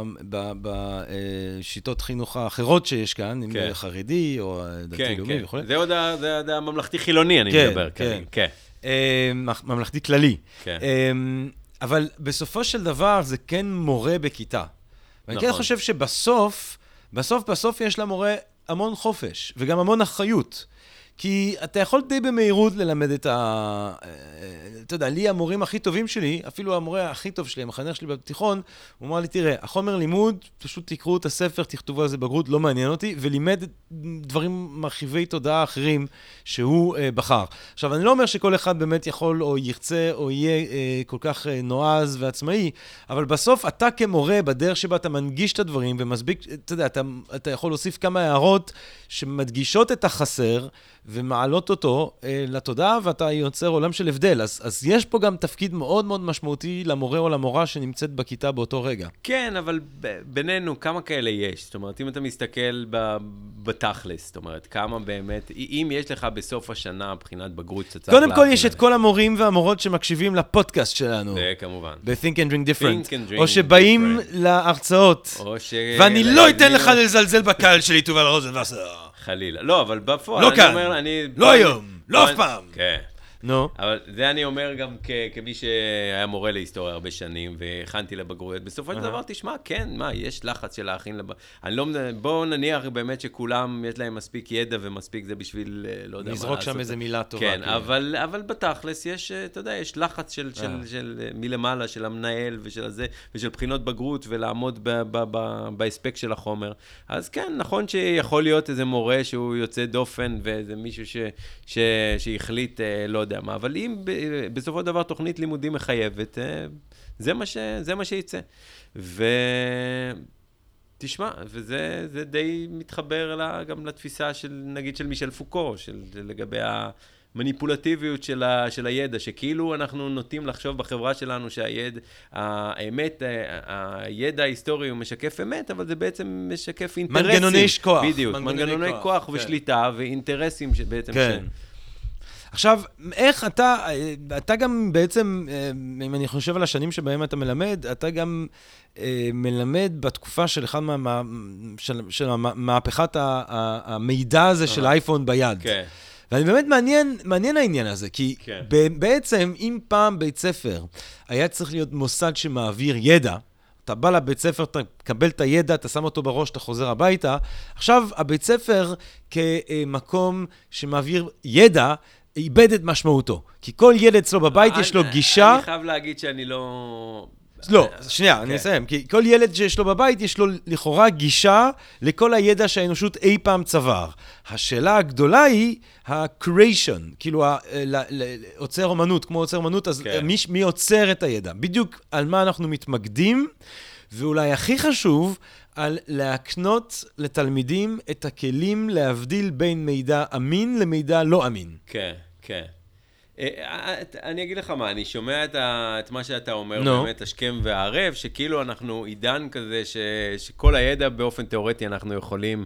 בשיטות חינוך האחרות שיש כאן, אם חרדי או דתי-לאומי וכו'. זה עוד הממלכתי חילוני, אני מדבר. כן, כן. ממלכתי כללי. אבל בסופו של דבר זה כן מורה בכיתה. ואני כן חושב שבסוף, בסוף בסוף יש למורה המון חופש, וגם המון אחריות. כי אתה יכול די במהירות ללמד את ה... אתה יודע, לי המורים הכי טובים שלי, אפילו המורה הכי טוב שלי, המחנך שלי בתיכון, הוא אמר לי, תראה, החומר לימוד, פשוט תקראו את הספר, תכתובו על זה בגרות, לא מעניין אותי, ולימד דברים מרחיבי תודעה אחרים שהוא אה, בחר. עכשיו, אני לא אומר שכל אחד באמת יכול או ירצה או יהיה אה, כל כך אה, נועז ועצמאי, אבל בסוף אתה כמורה, בדרך שבה אתה מנגיש את הדברים, ומסביק, אתה יודע, אתה, אתה יכול להוסיף כמה הערות שמדגישות את החסר, ומעלות אותו אה, לתודעה, ואתה יוצר עולם של הבדל. אז, אז יש פה גם תפקיד מאוד מאוד משמעותי למורה או למורה שנמצאת בכיתה באותו רגע. כן, אבל ב- בינינו, כמה כאלה יש? זאת אומרת, אם אתה מסתכל ב- בתכלס, זאת אומרת, כמה באמת, אם יש לך בסוף השנה בחינת בגרות, אתה צריך... קודם כל יש את כל המורים והמורות שמקשיבים לפודקאסט שלנו. זה כמובן. ב-Think and Drink Different. Think and Drink או שבאים different. להרצאות. או ש... ואני לא אתן לך לזלזל בקהל שלי, תובל רוזנבסר. חלילה. לא, אבל בפועל, לא אני כאן, אומר, אני... לא היום, לא אף פעם. כן. נו. אבל זה אני אומר גם כ- כמי שהיה מורה להיסטוריה הרבה שנים, והכנתי לבגרויות. בסופו של דבר, תשמע, כן, מה, יש לחץ של להכין לבגרויות. אני לא, בואו נניח באמת שכולם, יש להם מספיק ידע ומספיק זה בשביל, לא יודע מה לעשות. נזרוק שם איזה מילה טובה. כן, אבל, אבל בתכלס יש, אתה יודע, יש לחץ של, של, של מלמעלה, של המנהל ושל הזה, ושל בחינות בגרות, ולעמוד ב, ב, ב, בהספק של החומר. אז כן, נכון שיכול להיות איזה מורה שהוא יוצא דופן, ואיזה מישהו ש, ש, שהחליט, לא יודע, מה, אבל אם בסופו של דבר תוכנית לימודים מחייבת, זה מה ש, זה מה שיצא. ותשמע, וזה זה די מתחבר לה, גם לתפיסה של, נגיד, של מישל פוקו, של, לגבי המניפולטיביות של, ה, של הידע, שכאילו אנחנו נוטים לחשוב בחברה שלנו שהידע, האמת, הידע ההיסטורי הוא משקף אמת, אבל זה בעצם משקף אינטרסים. מנגנוני כוח. בדיוק, מנגנוני, מנגנוני כוח, כוח כן. ושליטה ואינטרסים שבעצם... כן. ש... עכשיו, איך אתה, אתה גם בעצם, אם אני חושב על השנים שבהם אתה מלמד, אתה גם מלמד בתקופה של אחד מה, של, של מהפכת המידע הזה של האייפון ביד. כן. ואני באמת מעניין, מעניין העניין הזה, כי כן. בעצם, אם פעם בית ספר היה צריך להיות מוסד שמעביר ידע, אתה בא לבית ספר, אתה מקבל את הידע, אתה שם אותו בראש, אתה חוזר הביתה, עכשיו הבית ספר כמקום שמעביר ידע, איבד את משמעותו. כי כל ילד אצלו בבית יש לו גישה... אני חייב להגיד שאני לא... לא, שנייה, אני אסיים. כי כל ילד שיש לו בבית יש לו לכאורה גישה לכל הידע שהאנושות אי פעם צבר. השאלה הגדולה היא ה-creation, כאילו עוצר אומנות, כמו עוצר אומנות, אז מי יוצר את הידע? בדיוק על מה אנחנו מתמקדים, ואולי הכי חשוב, על להקנות לתלמידים את הכלים להבדיל בין מידע אמין למידע לא אמין. כן, כן. אני אגיד לך מה, אני שומע את מה שאתה אומר, באמת השכם והערב, שכאילו אנחנו עידן כזה, שכל הידע באופן תיאורטי אנחנו יכולים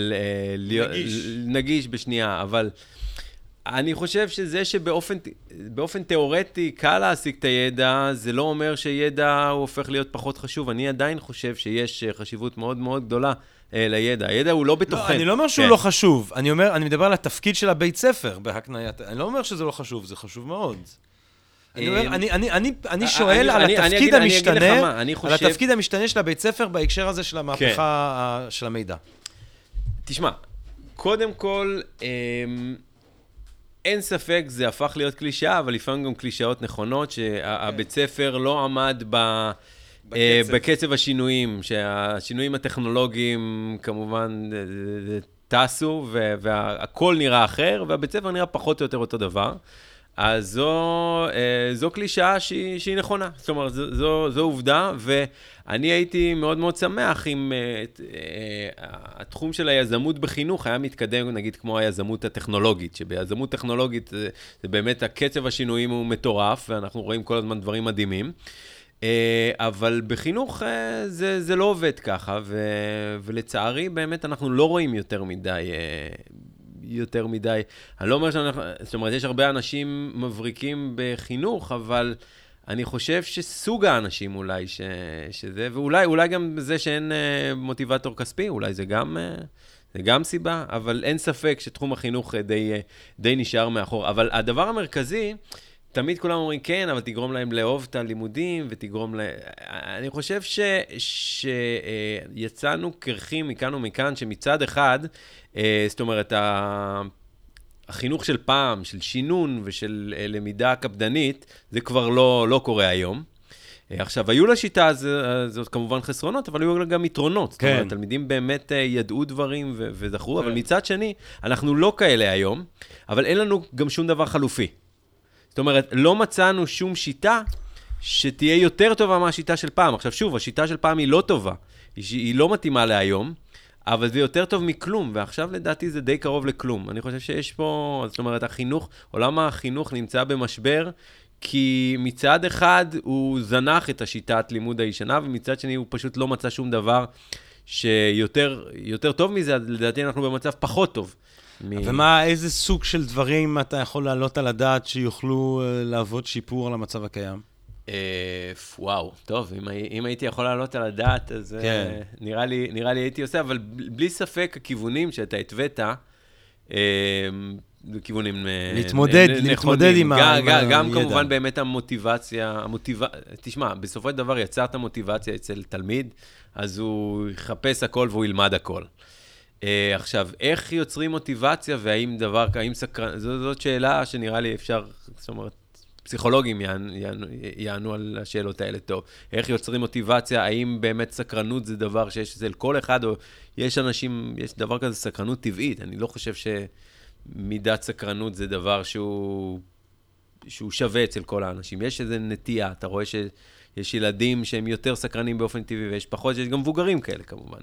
נגיש בשנייה, אבל... אני חושב שזה שבאופן באופן תיאורטי קל להשיג את הידע, זה לא אומר שידע הוא הופך להיות פחות חשוב. אני עדיין חושב שיש חשיבות מאוד מאוד גדולה אה, לידע. הידע הוא לא בתוכן. לא, אני לא אומר שהוא כן. לא חשוב. אני אומר, אני מדבר על התפקיד של הבית ספר בהקניית. אני לא אומר שזה לא חשוב, זה חשוב מאוד. אני אומר, אני אני אני אני שואל על התפקיד המשתנה, על התפקיד המשתנה של הבית ספר בהקשר הזה של המהפכה של המידע. תשמע, קודם כל אין ספק, זה הפך להיות קלישאה, אבל לפעמים גם קלישאות נכונות, שהבית ספר לא עמד ב... בקצב. בקצב השינויים, שהשינויים הטכנולוגיים כמובן טסו, והכל נראה אחר, והבית ספר נראה פחות או יותר אותו דבר. אז זו, זו קלישאה שהיא, שהיא נכונה. זאת אומרת, זו, זו, זו עובדה, ואני הייתי מאוד מאוד שמח אם התחום של היזמות בחינוך היה מתקדם, נגיד, כמו היזמות הטכנולוגית, שביזמות טכנולוגית זה, זה באמת הקצב השינויים הוא מטורף, ואנחנו רואים כל הזמן דברים מדהימים. אבל בחינוך זה, זה לא עובד ככה, ו, ולצערי באמת אנחנו לא רואים יותר מדי, יותר מדי. אני לא אומר שאנחנו, זאת אומרת, יש הרבה אנשים מבריקים בחינוך, אבל אני חושב שסוג האנשים אולי ש, שזה, ואולי אולי גם זה שאין מוטיבטור כספי, אולי זה גם, זה גם סיבה, אבל אין ספק שתחום החינוך די, די נשאר מאחור. אבל הדבר המרכזי, תמיד כולם אומרים, כן, אבל תגרום להם לאהוב את הלימודים, ותגרום להם... אני חושב ש... שיצאנו קרחים מכאן ומכאן, שמצד אחד, זאת אומרת, החינוך של פעם, של שינון ושל למידה קפדנית, זה כבר לא, לא קורה היום. עכשיו, היו לשיטה הזאת כמובן חסרונות, אבל היו גם יתרונות. זאת אומרת, תלמידים באמת ידעו דברים ו- וזכרו, אבל מצד שני, אנחנו לא כאלה היום, אבל אין לנו גם שום דבר חלופי. זאת אומרת, לא מצאנו שום שיטה שתהיה יותר טובה מהשיטה של פעם. עכשיו שוב, השיטה של פעם היא לא טובה, היא לא מתאימה להיום, אבל זה יותר טוב מכלום, ועכשיו לדעתי זה די קרוב לכלום. אני חושב שיש פה, זאת אומרת, החינוך, עולם החינוך נמצא במשבר, כי מצד אחד הוא זנח את השיטת לימוד הישנה, ומצד שני הוא פשוט לא מצא שום דבר שיותר יותר טוב מזה, לדעתי אנחנו במצב פחות טוב. ומה, איזה סוג של דברים אתה יכול להעלות על הדעת שיוכלו לעבוד שיפור על המצב הקיים? וואו, טוב, אם הייתי יכול להעלות על הדעת, אז נראה לי, נראה לי הייתי עושה, אבל בלי ספק הכיוונים שאתה התווית, כיוונים להתמודד, להתמודד עם הידע. גם כמובן באמת המוטיבציה, תשמע, בסופו של דבר יצרת מוטיבציה אצל תלמיד, אז הוא יחפש הכל והוא ילמד הכל. עכשיו, איך יוצרים מוטיבציה והאם דבר, האם סקרן, זאת שאלה שנראה לי אפשר, זאת אומרת, פסיכולוגים יענו על השאלות האלה טוב. איך יוצרים מוטיבציה, האם באמת סקרנות זה דבר שיש אצל כל אחד, או יש אנשים, יש דבר כזה סקרנות טבעית. אני לא חושב שמידת סקרנות זה דבר שהוא, שהוא שווה אצל כל האנשים. יש איזו נטייה, אתה רואה שיש ילדים שהם יותר סקרנים באופן טבעי, ויש פחות, יש גם מבוגרים כאלה כמובן.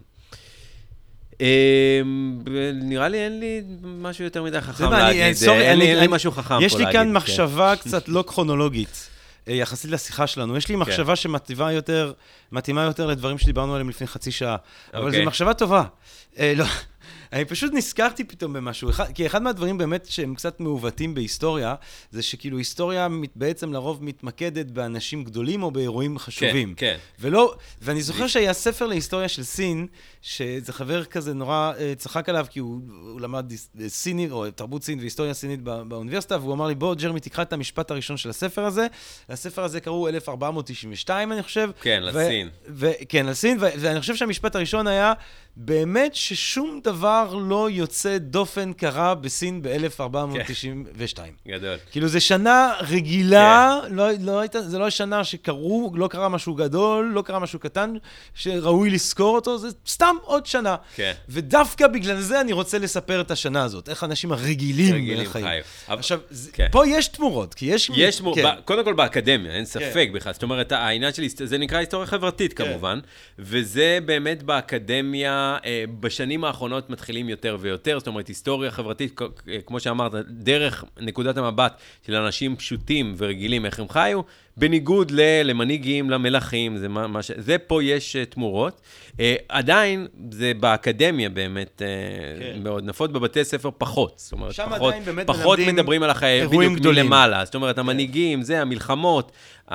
נראה לי אין לי משהו יותר מדי חכם להגיד, אין לי משהו חכם פה להגיד. יש לי כאן מחשבה קצת לא כרונולוגית, יחסית לשיחה שלנו. יש לי מחשבה שמתאימה יותר, מתאימה יותר לדברים שדיברנו עליהם לפני חצי שעה, אבל זו מחשבה טובה. לא, אני פשוט נזכרתי פתאום במשהו, כי אחד מהדברים באמת שהם קצת מעוותים בהיסטוריה, זה שכאילו היסטוריה בעצם לרוב מתמקדת באנשים גדולים או באירועים חשובים. כן, כן. ולא, ואני זוכר שהיה ספר להיסטוריה של סין, שזה חבר כזה נורא צחק עליו, כי הוא, הוא למד סינית, או תרבות סין והיסטוריה סינית בא, באוניברסיטה, והוא אמר לי, בוא, ג'רמי, תקרא את המשפט הראשון של הספר הזה. הספר הזה קראו אלף ארבע מאות תשעים ושתיים, אני חושב. כן, לסין. ו- ו- כן, לסין, ו- ואני חושב שהמשפט הראשון היה, באמת ששום דבר לא יוצא דופן קרה בסין ב-אלף ארבע מאות תשעים ושתיים. גדול. כאילו, זה שנה רגילה, לא, לא הייתה, זה לא שנה שקרו, לא קרה משהו גדול, לא קרה משהו קטן, שראוי לזכור אותו, זה סתם עוד שנה. כן. ודווקא בגלל זה אני רוצה לספר את השנה הזאת, איך האנשים הרגילים, רגילים חיו. עכשיו, כן. פה יש תמורות, כי יש... יש תמורות, כן. קודם כל באקדמיה, אין ספק כן. בכלל. זאת אומרת, העניין שלי, זה נקרא היסטוריה חברתית כן. כמובן, וזה באמת באקדמיה, בשנים האחרונות מתחילים יותר ויותר, זאת אומרת, היסטוריה חברתית, כמו שאמרת, דרך נקודת המבט של אנשים פשוטים ורגילים, איך הם חיו, בניגוד למנהיגים, למלכים, זה, מה, ש... זה פה יש תמורות. עדיין, זה באקדמיה באמת כן. מאוד נפוץ, בבתי ספר פחות. זאת אומרת, פחות, פחות מדברים על החיי, בדיוק מלמעלה. זאת אומרת, המנהיגים, זה, המלחמות,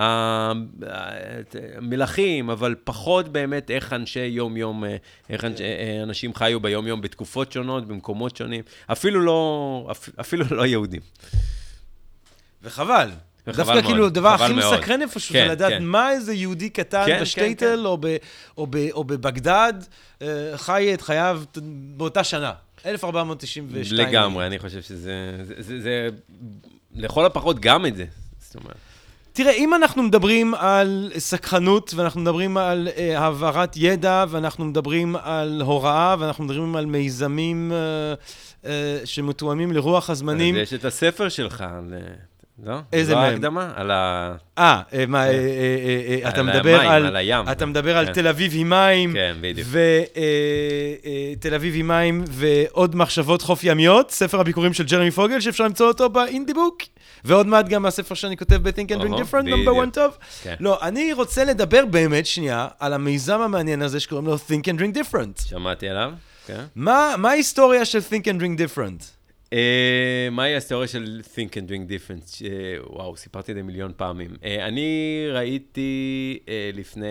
המלכים, אבל פחות באמת איך אנשי יום-יום, איך אנשי, אנשים חיו ביום-יום בתקופות שונות, במקומות שונים, אפילו לא, אפילו לא יהודים. וחבל. דווקא כאילו, הדבר הכי מסקרן איפשהו, כן, זה לדעת כן. מה איזה יהודי קטן כן, בשטייטל, כן, כן. או, ב, או, ב, או בבגדד, חי את חייו באותה שנה, אלף ארבע מאות תשעים ושתיים. לגמרי, אני חושב שזה, זה, זה, זה, לכל הפחות גם את זה. זאת אומרת. תראה, אם אנחנו מדברים על סקרנות, ואנחנו מדברים על uh, העברת ידע, ואנחנו מדברים על הוראה, ואנחנו מדברים על מיזמים uh, uh, שמתואמים לרוח הזמנים. אז יש את הספר שלך, לא? איזה לא מהם? ההקדמה? על ה... אה, מה, אה, אה, אה, אתה מדבר על... על הים. אתה מדבר על תל אביב עם מים. כן, בדיוק. ותל אביב עם מים ועוד מחשבות חוף ימיות, ספר הביקורים של ג'רמי פוגל, שאפשר למצוא אותו באינדי בוק. ועוד מעט גם הספר שאני כותב ב-Think and Drink Different, נאמבר one טוב. לא, אני רוצה לדבר באמת שנייה על המיזם המעניין הזה שקוראים לו Think and Drink Different. שמעתי עליו, כן. מה ההיסטוריה של Think and Drink Different? מהי ההיסטוריה של Think and Drink Different? וואו, סיפרתי את זה מיליון פעמים. אני ראיתי לפני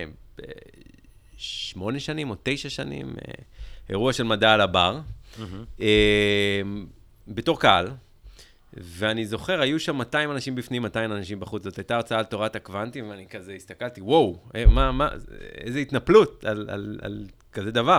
שמונה שנים או תשע שנים אירוע של מדע על הבר, בתור קהל, ואני זוכר, היו שם מאתיים אנשים בפנים, מאתיים אנשים בחוץ. זאת הייתה הרצאה על תורת הקוונטים, ואני כזה הסתכלתי, וואו, מה, מה, איזה התנפלות על, על, על כזה דבר.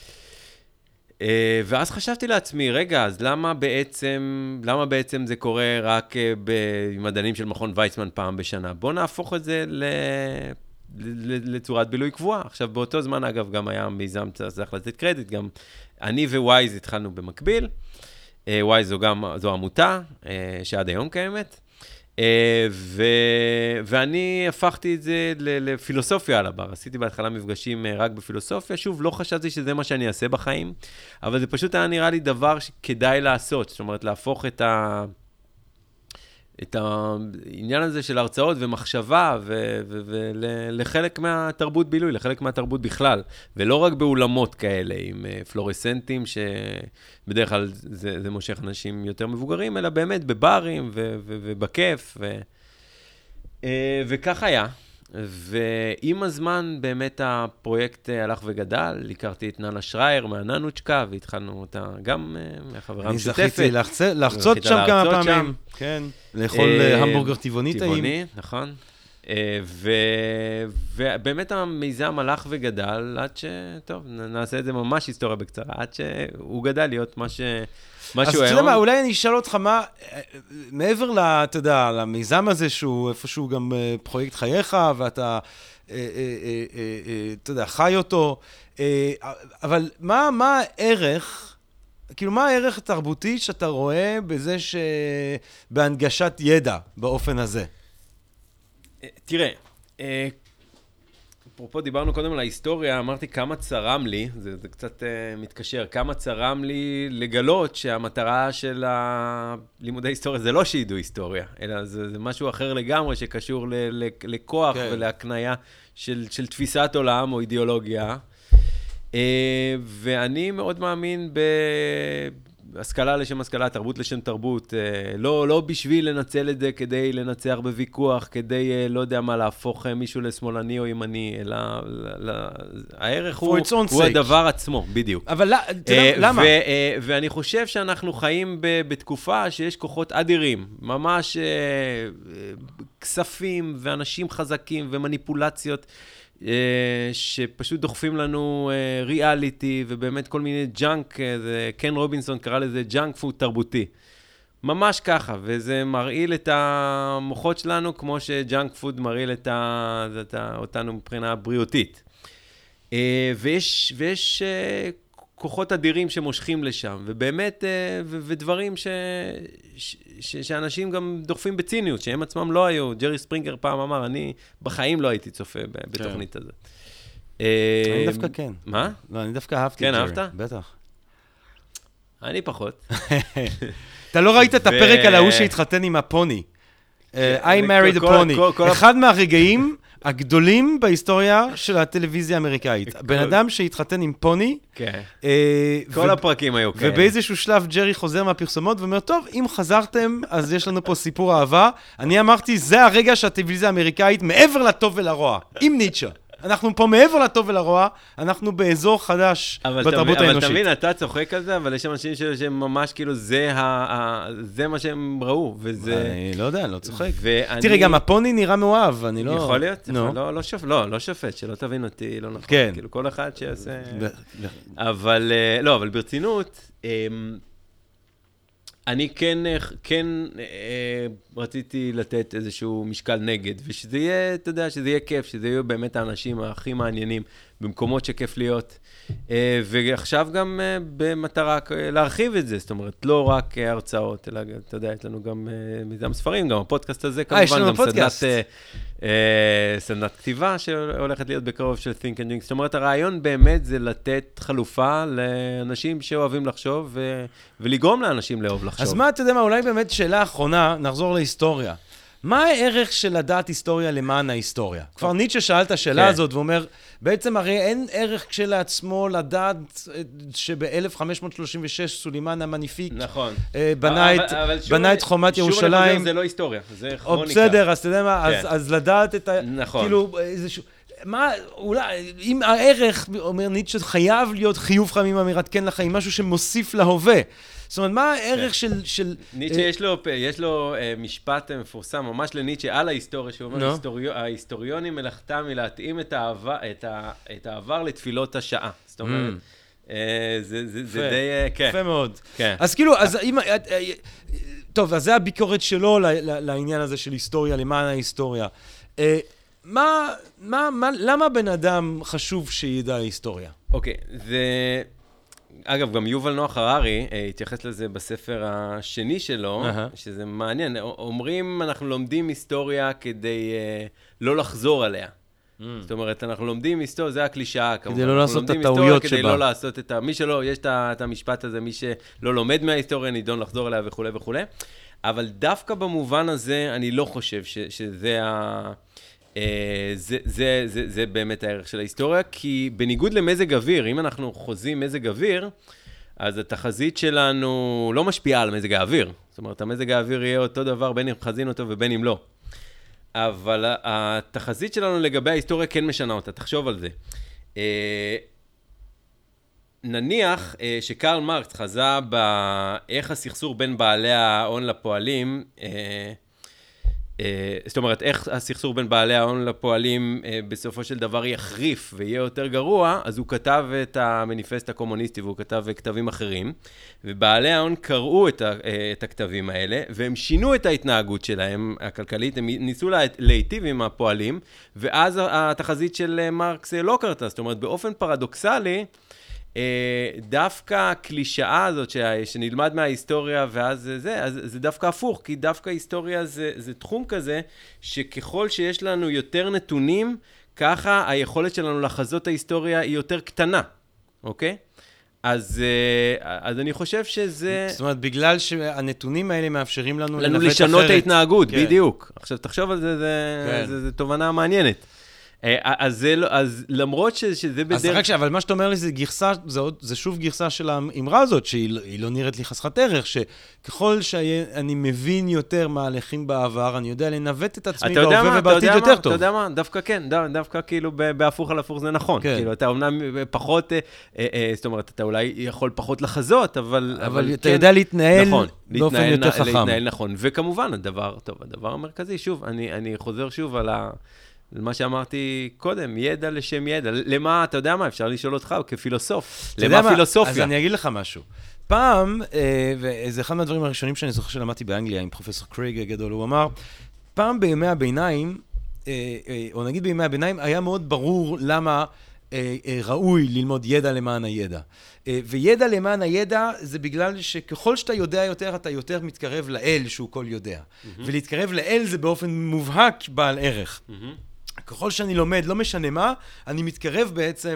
ואז חשבתי לעצמי, רגע, אז למה בעצם, למה בעצם זה קורה רק במדענים של מכון ויצמן פעם בשנה? בוא נהפוך את זה ל... לצורת בילוי קבועה. עכשיו, באותו זמן, אגב, גם היה מיזם, צריך לתת קרדיט, גם אני ווייז התחלנו במקביל. וואי, זו גם, זו עמותה שעד היום קיימת, ו, ואני הפכתי את זה לפילוסופיה על הבר. עשיתי בהתחלה מפגשים רק בפילוסופיה, שוב, לא חשבתי שזה מה שאני אעשה בחיים, אבל זה פשוט היה נראה לי דבר שכדאי לעשות, זאת אומרת, להפוך את ה... את העניין הזה של הרצאות ומחשבה ולחלק מהתרבות בילוי, לחלק מהתרבות בכלל, ולא רק באולמות כאלה עם פלורסנטים, שבדרך כלל זה, זה מושך אנשים יותר מבוגרים, אלא באמת בברים ובכיף, וכך היה. ועם הזמן באמת הפרויקט הלך וגדל, הכרתי את ננה שרייר מהננוצ'קה, והתחלנו אותה גם מהחברה המשותפת. אני זכיתי לחצות שם כמה פעמים. כן, לאכול המבורגר טבעוני טעים. טבעוני, נכון. ובאמת המיזם הלך וגדל, עד ש... טוב, נעשה את זה ממש היסטוריה בקצרה, עד שהוא גדל להיות מה ש... אז אתה יודע מה, אולי אני אשאל אותך מה, מעבר, אתה יודע, למיזם הזה שהוא איפשהו גם פרויקט חייך, ואתה, אתה יודע, חי אותו, אבל מה, מה הערך, כאילו מה הערך התרבותי שאתה רואה בזה שבהנגשת ידע באופן הזה? תראה, אפרופו דיברנו קודם על ההיסטוריה, אמרתי כמה צרם לי, זה, זה קצת uh, מתקשר, כמה צרם לי לגלות שהמטרה של לימודי היסטוריה זה לא שידעו היסטוריה, אלא זה, זה משהו אחר לגמרי שקשור ל, ל, לכוח כן. ולהקניה של, של תפיסת עולם או אידיאולוגיה. Uh, ואני מאוד מאמין ב... השכלה לשם השכלה, תרבות לשם תרבות, לא, לא בשביל לנצל את זה כדי לנצח בוויכוח, כדי, לא יודע מה, להפוך מישהו לשמאלני או ימני, אלא הערך הוא, הוא הדבר עצמו, בדיוק. אבל למה? ואני חושב שאנחנו חיים בתקופה שיש כוחות אדירים, ממש כספים ואנשים חזקים ומניפולציות, שפשוט דוחפים לנו ריאליטי, ובאמת כל מיני ג'אנק, קן רובינסון קרא לזה ג'אנק פוד תרבותי. ממש ככה, וזה מרעיל את המוחות שלנו, כמו שג'אנק פוד מרעיל את ה, אותנו מבחינה בריאותית. ויש, ויש כוחות אדירים שמושכים לשם, ובאמת, ו- ודברים ש- ש- ש- שאנשים גם דוחפים בציניות, שהם עצמם לא היו. ג'רי ספרינגר פעם אמר, אני בחיים לא הייתי צופה ב- בתוכנית הזאת. אני דווקא כן. מה? לא, אני דווקא אהבתי את ג'רי. כן, אהבת? בטח. אני פחות. אתה לא ראית את הפרק על ההוא שהתחתן עם הפוני. I married a pony. אחד מהרגעים הגדולים בהיסטוריה של הטלוויזיה האמריקאית. בן אדם שהתחתן עם פוני. כן. כל הפרקים היו כאלה. ובאיזשהו שלב ג'רי חוזר מהפרסומות ואומר, טוב, אם חזרתם, אז יש לנו פה סיפור אהבה. אני אמרתי, זה הרגע שהטלוויזיה האמריקאית, מעבר לטוב ולרוע, עם ניטשה. אנחנו פה מעבר לטוב ולרוע, אנחנו באזור חדש בתרבות האנושית. אבל תמיד, אתה צוחק על זה, אבל יש אנשים שממש כאילו זה מה שהם ראו, וזה... אני לא יודע, אני לא צוחק. תראה, גם הפוני נראה מאוהב, אני לא... יכול להיות, לא שופט, שלא תבין אותי, לא נכון. כאילו כל אחד שיעשה... אבל, לא, אבל ברצינות... אני כן, כן רציתי לתת איזשהו משקל נגד, ושזה יהיה, אתה יודע, שזה יהיה כיף, שזה יהיו באמת האנשים הכי מעניינים, במקומות שכיף להיות, ועכשיו גם במטרה להרחיב את זה, זאת אומרת, לא רק הרצאות, אלא, אתה יודע, יש לנו גם מיזם ספרים, גם הפודקאסט הזה, כמובן, גם סדנת, סדנת כתיבה שהולכת להיות בקרוב של Think and Drink, זאת אומרת, הרעיון באמת זה לתת חלופה לאנשים שאוהבים לחשוב, ולגרום לאנשים לאהוב לחשוב. אז מה, אתה יודע מה, אולי באמת שאלה אחרונה, נחזור להיסטוריה. מה הערך של לדעת היסטוריה למען ההיסטוריה? כבר ניטשה שאל את השאלה הזאת, ואומר, בעצם הרי אין ערך כשלעצמו לדעת שב-אלף חמש מאות שלושים ושש סולימן המניפיק בנה את חומת ירושלים. שוב, זה לא היסטוריה, זה כרוניקה. בסדר, אז אתה יודע מה, אז לדעת את ה... נכון. כאילו, איזשהו... מה, אולי, אם הערך, אומר ניטשה, חייב להיות חיוב חיים אמירת כן לחיים, משהו שמוסיף להווה. זאת אומרת, מה הערך של... של ניטשה יש לו, יש לו משפט מפורסם, ממש לניטשה, על ההיסטוריה, שהוא אומר, ההיסטוריונים מלאכתם מלהתאים את העבר לתפילות השעה. זאת אומרת, זה די... יפה מאוד. אז כאילו, אז אם... טוב, אז זה הביקורת שלו לעניין הזה של היסטוריה, למען ההיסטוריה. מה, מה, מה, למה בן אדם חשוב שידע היסטוריה? אוקיי, זה... אגב, גם יובל נוח הררי התייחס לזה בספר השני שלו, שזה מעניין. אומרים, אנחנו לומדים היסטוריה כדי לא לחזור עליה. זאת אומרת, אנחנו לומדים היסטוריה, זה הקלישאה. כדי לא לעשות את הטעויות שבה. כדי לא לעשות את ה... מי שלא, יש את המשפט הזה, מי שלא לומד מההיסטוריה, נידון לחזור עליה וכו' וכו'. אבל דווקא במובן הזה, אני לא חושב שזה ה... זה, זה, זה, זה באמת הערך של ההיסטוריה, כי בניגוד למזג אוויר, אם אנחנו חוזים מזג אוויר, אז התחזית שלנו לא משפיעה על מזג האוויר. זאת אומרת, המזג האוויר יהיה אותו דבר בין אם חזין אותו ובין אם לא. אבל התחזית שלנו לגבי ההיסטוריה כן משנה אותה, תחשוב על זה. נניח שקרל מרקס חזה באיך הסכסוך בין בעלי ההון לפועלים, זאת אומרת, איך הסכסוך בין בעלי ההון לפועלים בסופו של דבר יחריף ויהיה יותר גרוע, אז הוא כתב את המניפסט הקומוניסטי והוא כתב כתבים אחרים, ובעלי ההון קראו את, ה, את הכתבים האלה, והם שינו את ההתנהגות שלהם הכלכלית, הם ניסו להיטיב עם הפועלים, ואז התחזית של מרקס לא קרתה, זאת אומרת, באופן פרדוקסלי, דווקא הקלישאה הזאת שנלמד מההיסטוריה ואז זה, אז זה דווקא הפוך, כי דווקא היסטוריה זה, זה תחום כזה, שככל שיש לנו יותר נתונים, ככה היכולת שלנו לחזות ההיסטוריה היא יותר קטנה, אוקיי? אז, אז אני חושב שזה... זאת אומרת, בגלל שהנתונים האלה מאפשרים לנו... לנו לשנות את ההתנהגות, כן. בדיוק. עכשיו, תחשוב על זה, זה, כן. זה, זה תובנה מעניינת. אז, זה, אז למרות שזה בדרך... אז רק ש... אבל מה שאתה אומר לי זה גרסה, זה, עוד, זה שוב גרסה של האמרה הזאת, שהיא לא נראית לי חסכת ערך, שככל שאני מבין יותר מהלכים בעבר, אני יודע לנווט את עצמי בהווה ובעתיד יותר טוב. אתה יודע מה? דווקא כן, דווקא כאילו בהפוך על הפוך זה נכון. כן. כאילו, אתה אומנם פחות, אה, אה, זאת אומרת, אתה אולי יכול פחות לחזות, אבל... אבל, אבל אתה כן, יודע להתנהל נכון, באופן להתנהל, יותר חכם. להתנהל נכון. וכמובן, הדבר, טוב, הדבר המרכזי, שוב, אני, אני חוזר שוב על ה... למה שאמרתי קודם, ידע לשם ידע. למה, אתה יודע מה, אפשר לשאול אותך כפילוסוף. למה פילוסופיה? אז אני אגיד לך משהו. פעם, וזה אחד מהדברים הראשונים שאני זוכר שלמדתי באנגליה עם פרופסור קרייג הגדול, הוא אמר, פעם בימי הביניים, או נגיד בימי הביניים, היה מאוד ברור למה ראוי ללמוד ידע למען הידע. וידע למען הידע זה בגלל שככל שאתה יודע יותר, אתה יותר מתקרב לאל שהוא כל יודע. ולהתקרב לאל זה באופן מובהק בעל ערך. ככל שאני לומד, לא משנה מה, אני מתקרב בעצם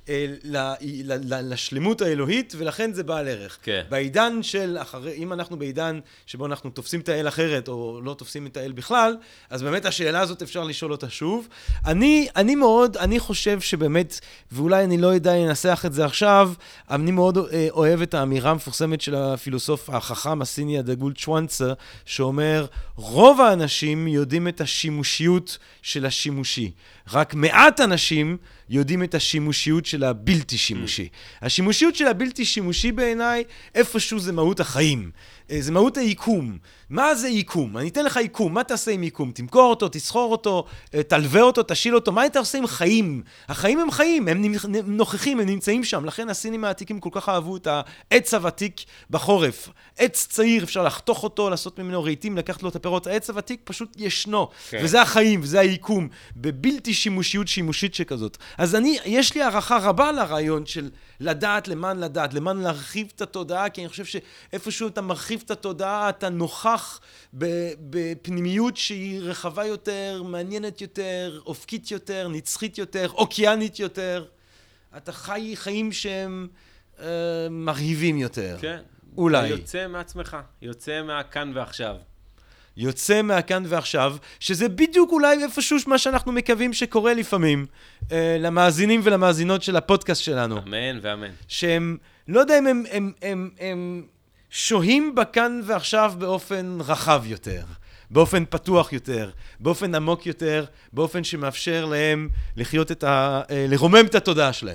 לשלמות האלוהית, ולכן זה בעל ערך. כן. בעידן של, אחרי, אם אנחנו בעידן שבו אנחנו תופסים את האל אחרת, או לא תופסים את האל בכלל, אז באמת השאלה הזאת אפשר לשאול אותה שוב. אני, אני מאוד, אני חושב שבאמת, ואולי אני לא יודע לנסח את זה עכשיו, אני מאוד אוהב את האמירה המפורסמת של הפילוסוף החכם הסיני הדגול צ'ואנצה, שאומר, רוב האנשים יודעים את השימושיות של השימושי. רק מעט אנשים יודעים את השימושיות של הבלתי שימושי. השימושיות של הבלתי שימושי בעיניי, איפשהו זה מהות החיים. זה מהות היקום. מה זה יקום? אני אתן לך יקום. מה תעשה עם יקום? תמכור אותו, תסחור אותו, תלווה אותו, תשיל אותו. מה אתה עושה עם חיים? החיים הם חיים, הם נוכחים, הם נמצאים שם. לכן הסינים העתיקים כל כך אהבו את העץ הוותיק בחורף. עץ צעיר, אפשר לחתוך אותו, לעשות ממנו רהיטים, לקחת לו את הפירות. העץ הוותיק פשוט ישנו. כן. וזה החיים, וזה היקום. בבלתי שימושיות שימושית שכזאת. אז אני, יש לי הערכה רבה לרעיון של לדעת, למען לדעת, למען להרחיב את התודעה, כי אני חושב שאיפשהו אתה מרחיב את התודעה, אתה נוכח בפנימיות שהיא רחבה יותר, מעניינת יותר, אופקית יותר, נצחית יותר, אוקיינית יותר. אתה חי חיים שהם אה, מרהיבים יותר. כן. אולי. יוצא מעצמך, יוצא מהכאן ועכשיו. יוצא מהכאן ועכשיו, שזה בדיוק אולי איפשהו מה שאנחנו מקווים שקורה לפעמים, אה, למאזינים ולמאזינות של הפודקאסט שלנו. אמן ואמן. שהם, לא יודע אם הם, הם, הם, הם שוהים בכאן ועכשיו באופן רחב יותר, באופן פתוח יותר, באופן עמוק יותר, באופן שמאפשר להם לחיות את ה... אה, לרומם את התודעה שלהם.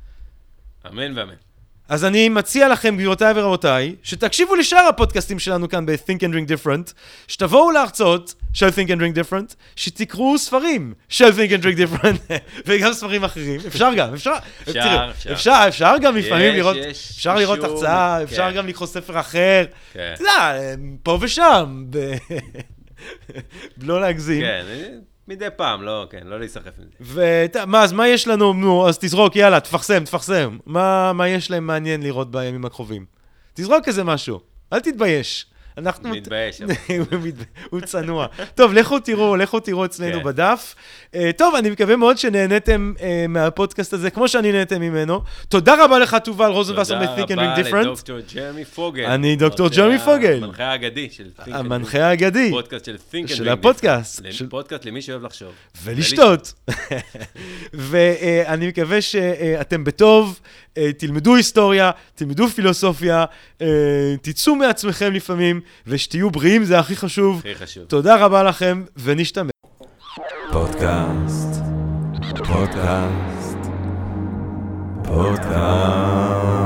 אמן ואמן. אז אני מציע לכם, גבירותיי ורבותיי, שתקשיבו לשאר הפודקאסטים שלנו כאן ב-Think and Drink Different, שתבואו להרצאות של Think and Drink Different, שתקראו ספרים של Think and Drink Different, וגם ספרים אחרים. אפשר גם, אפשר, אפשר, תראו, אפשר. אפשר, אפשר גם לפעמים יש, לראות, יש, אפשר לראות שום, הרצאה, כן. אפשר גם לקרוא ספר אחר. כן. אתה יודע, פה ושם, ב... לא להגזים. כן, מדי פעם, לא, כן, לא להיסחף עם זה. ומה, אז מה יש לנו? נו, אז תזרוק, יאללה, תפרסם, תפרסם. מה, מה יש להם מעניין לראות בימים הקרובים? תזרוק איזה משהו, אל תתבייש. אנחנו... מתבייש. הוא צנוע. טוב, לכו תראו, לכו תראו אצלנו כן. בדף. Uh, טוב, אני מקווה מאוד שנהנתם uh, מהפודקאסט הזה, כמו שאני נהנתם ממנו. תודה רבה לך, תובל רוזנבסר מ-Think and Drink Different. תודה רבה לדוקטור ג'רמי פוגל. אני דוקטור ג'רמי פוגל. המנחה האגדי של Think and Drink. המנחה האגדי. פודקאסט של Think and Drink. של הפודקאסט. פודקאסט למי שאוהב לחשוב. ולשתות. ואני מקווה שאתם בטוב, תלמדו היסטוריה, תלמדו פילוסופיה, תצאו מעצמכם לפעמים, ושתהיו בריאים, זה הכי חשוב. הכי חשוב. תודה רבה לכם, ונשתמע. פודקאסט, פודקאסט, פודקאסט.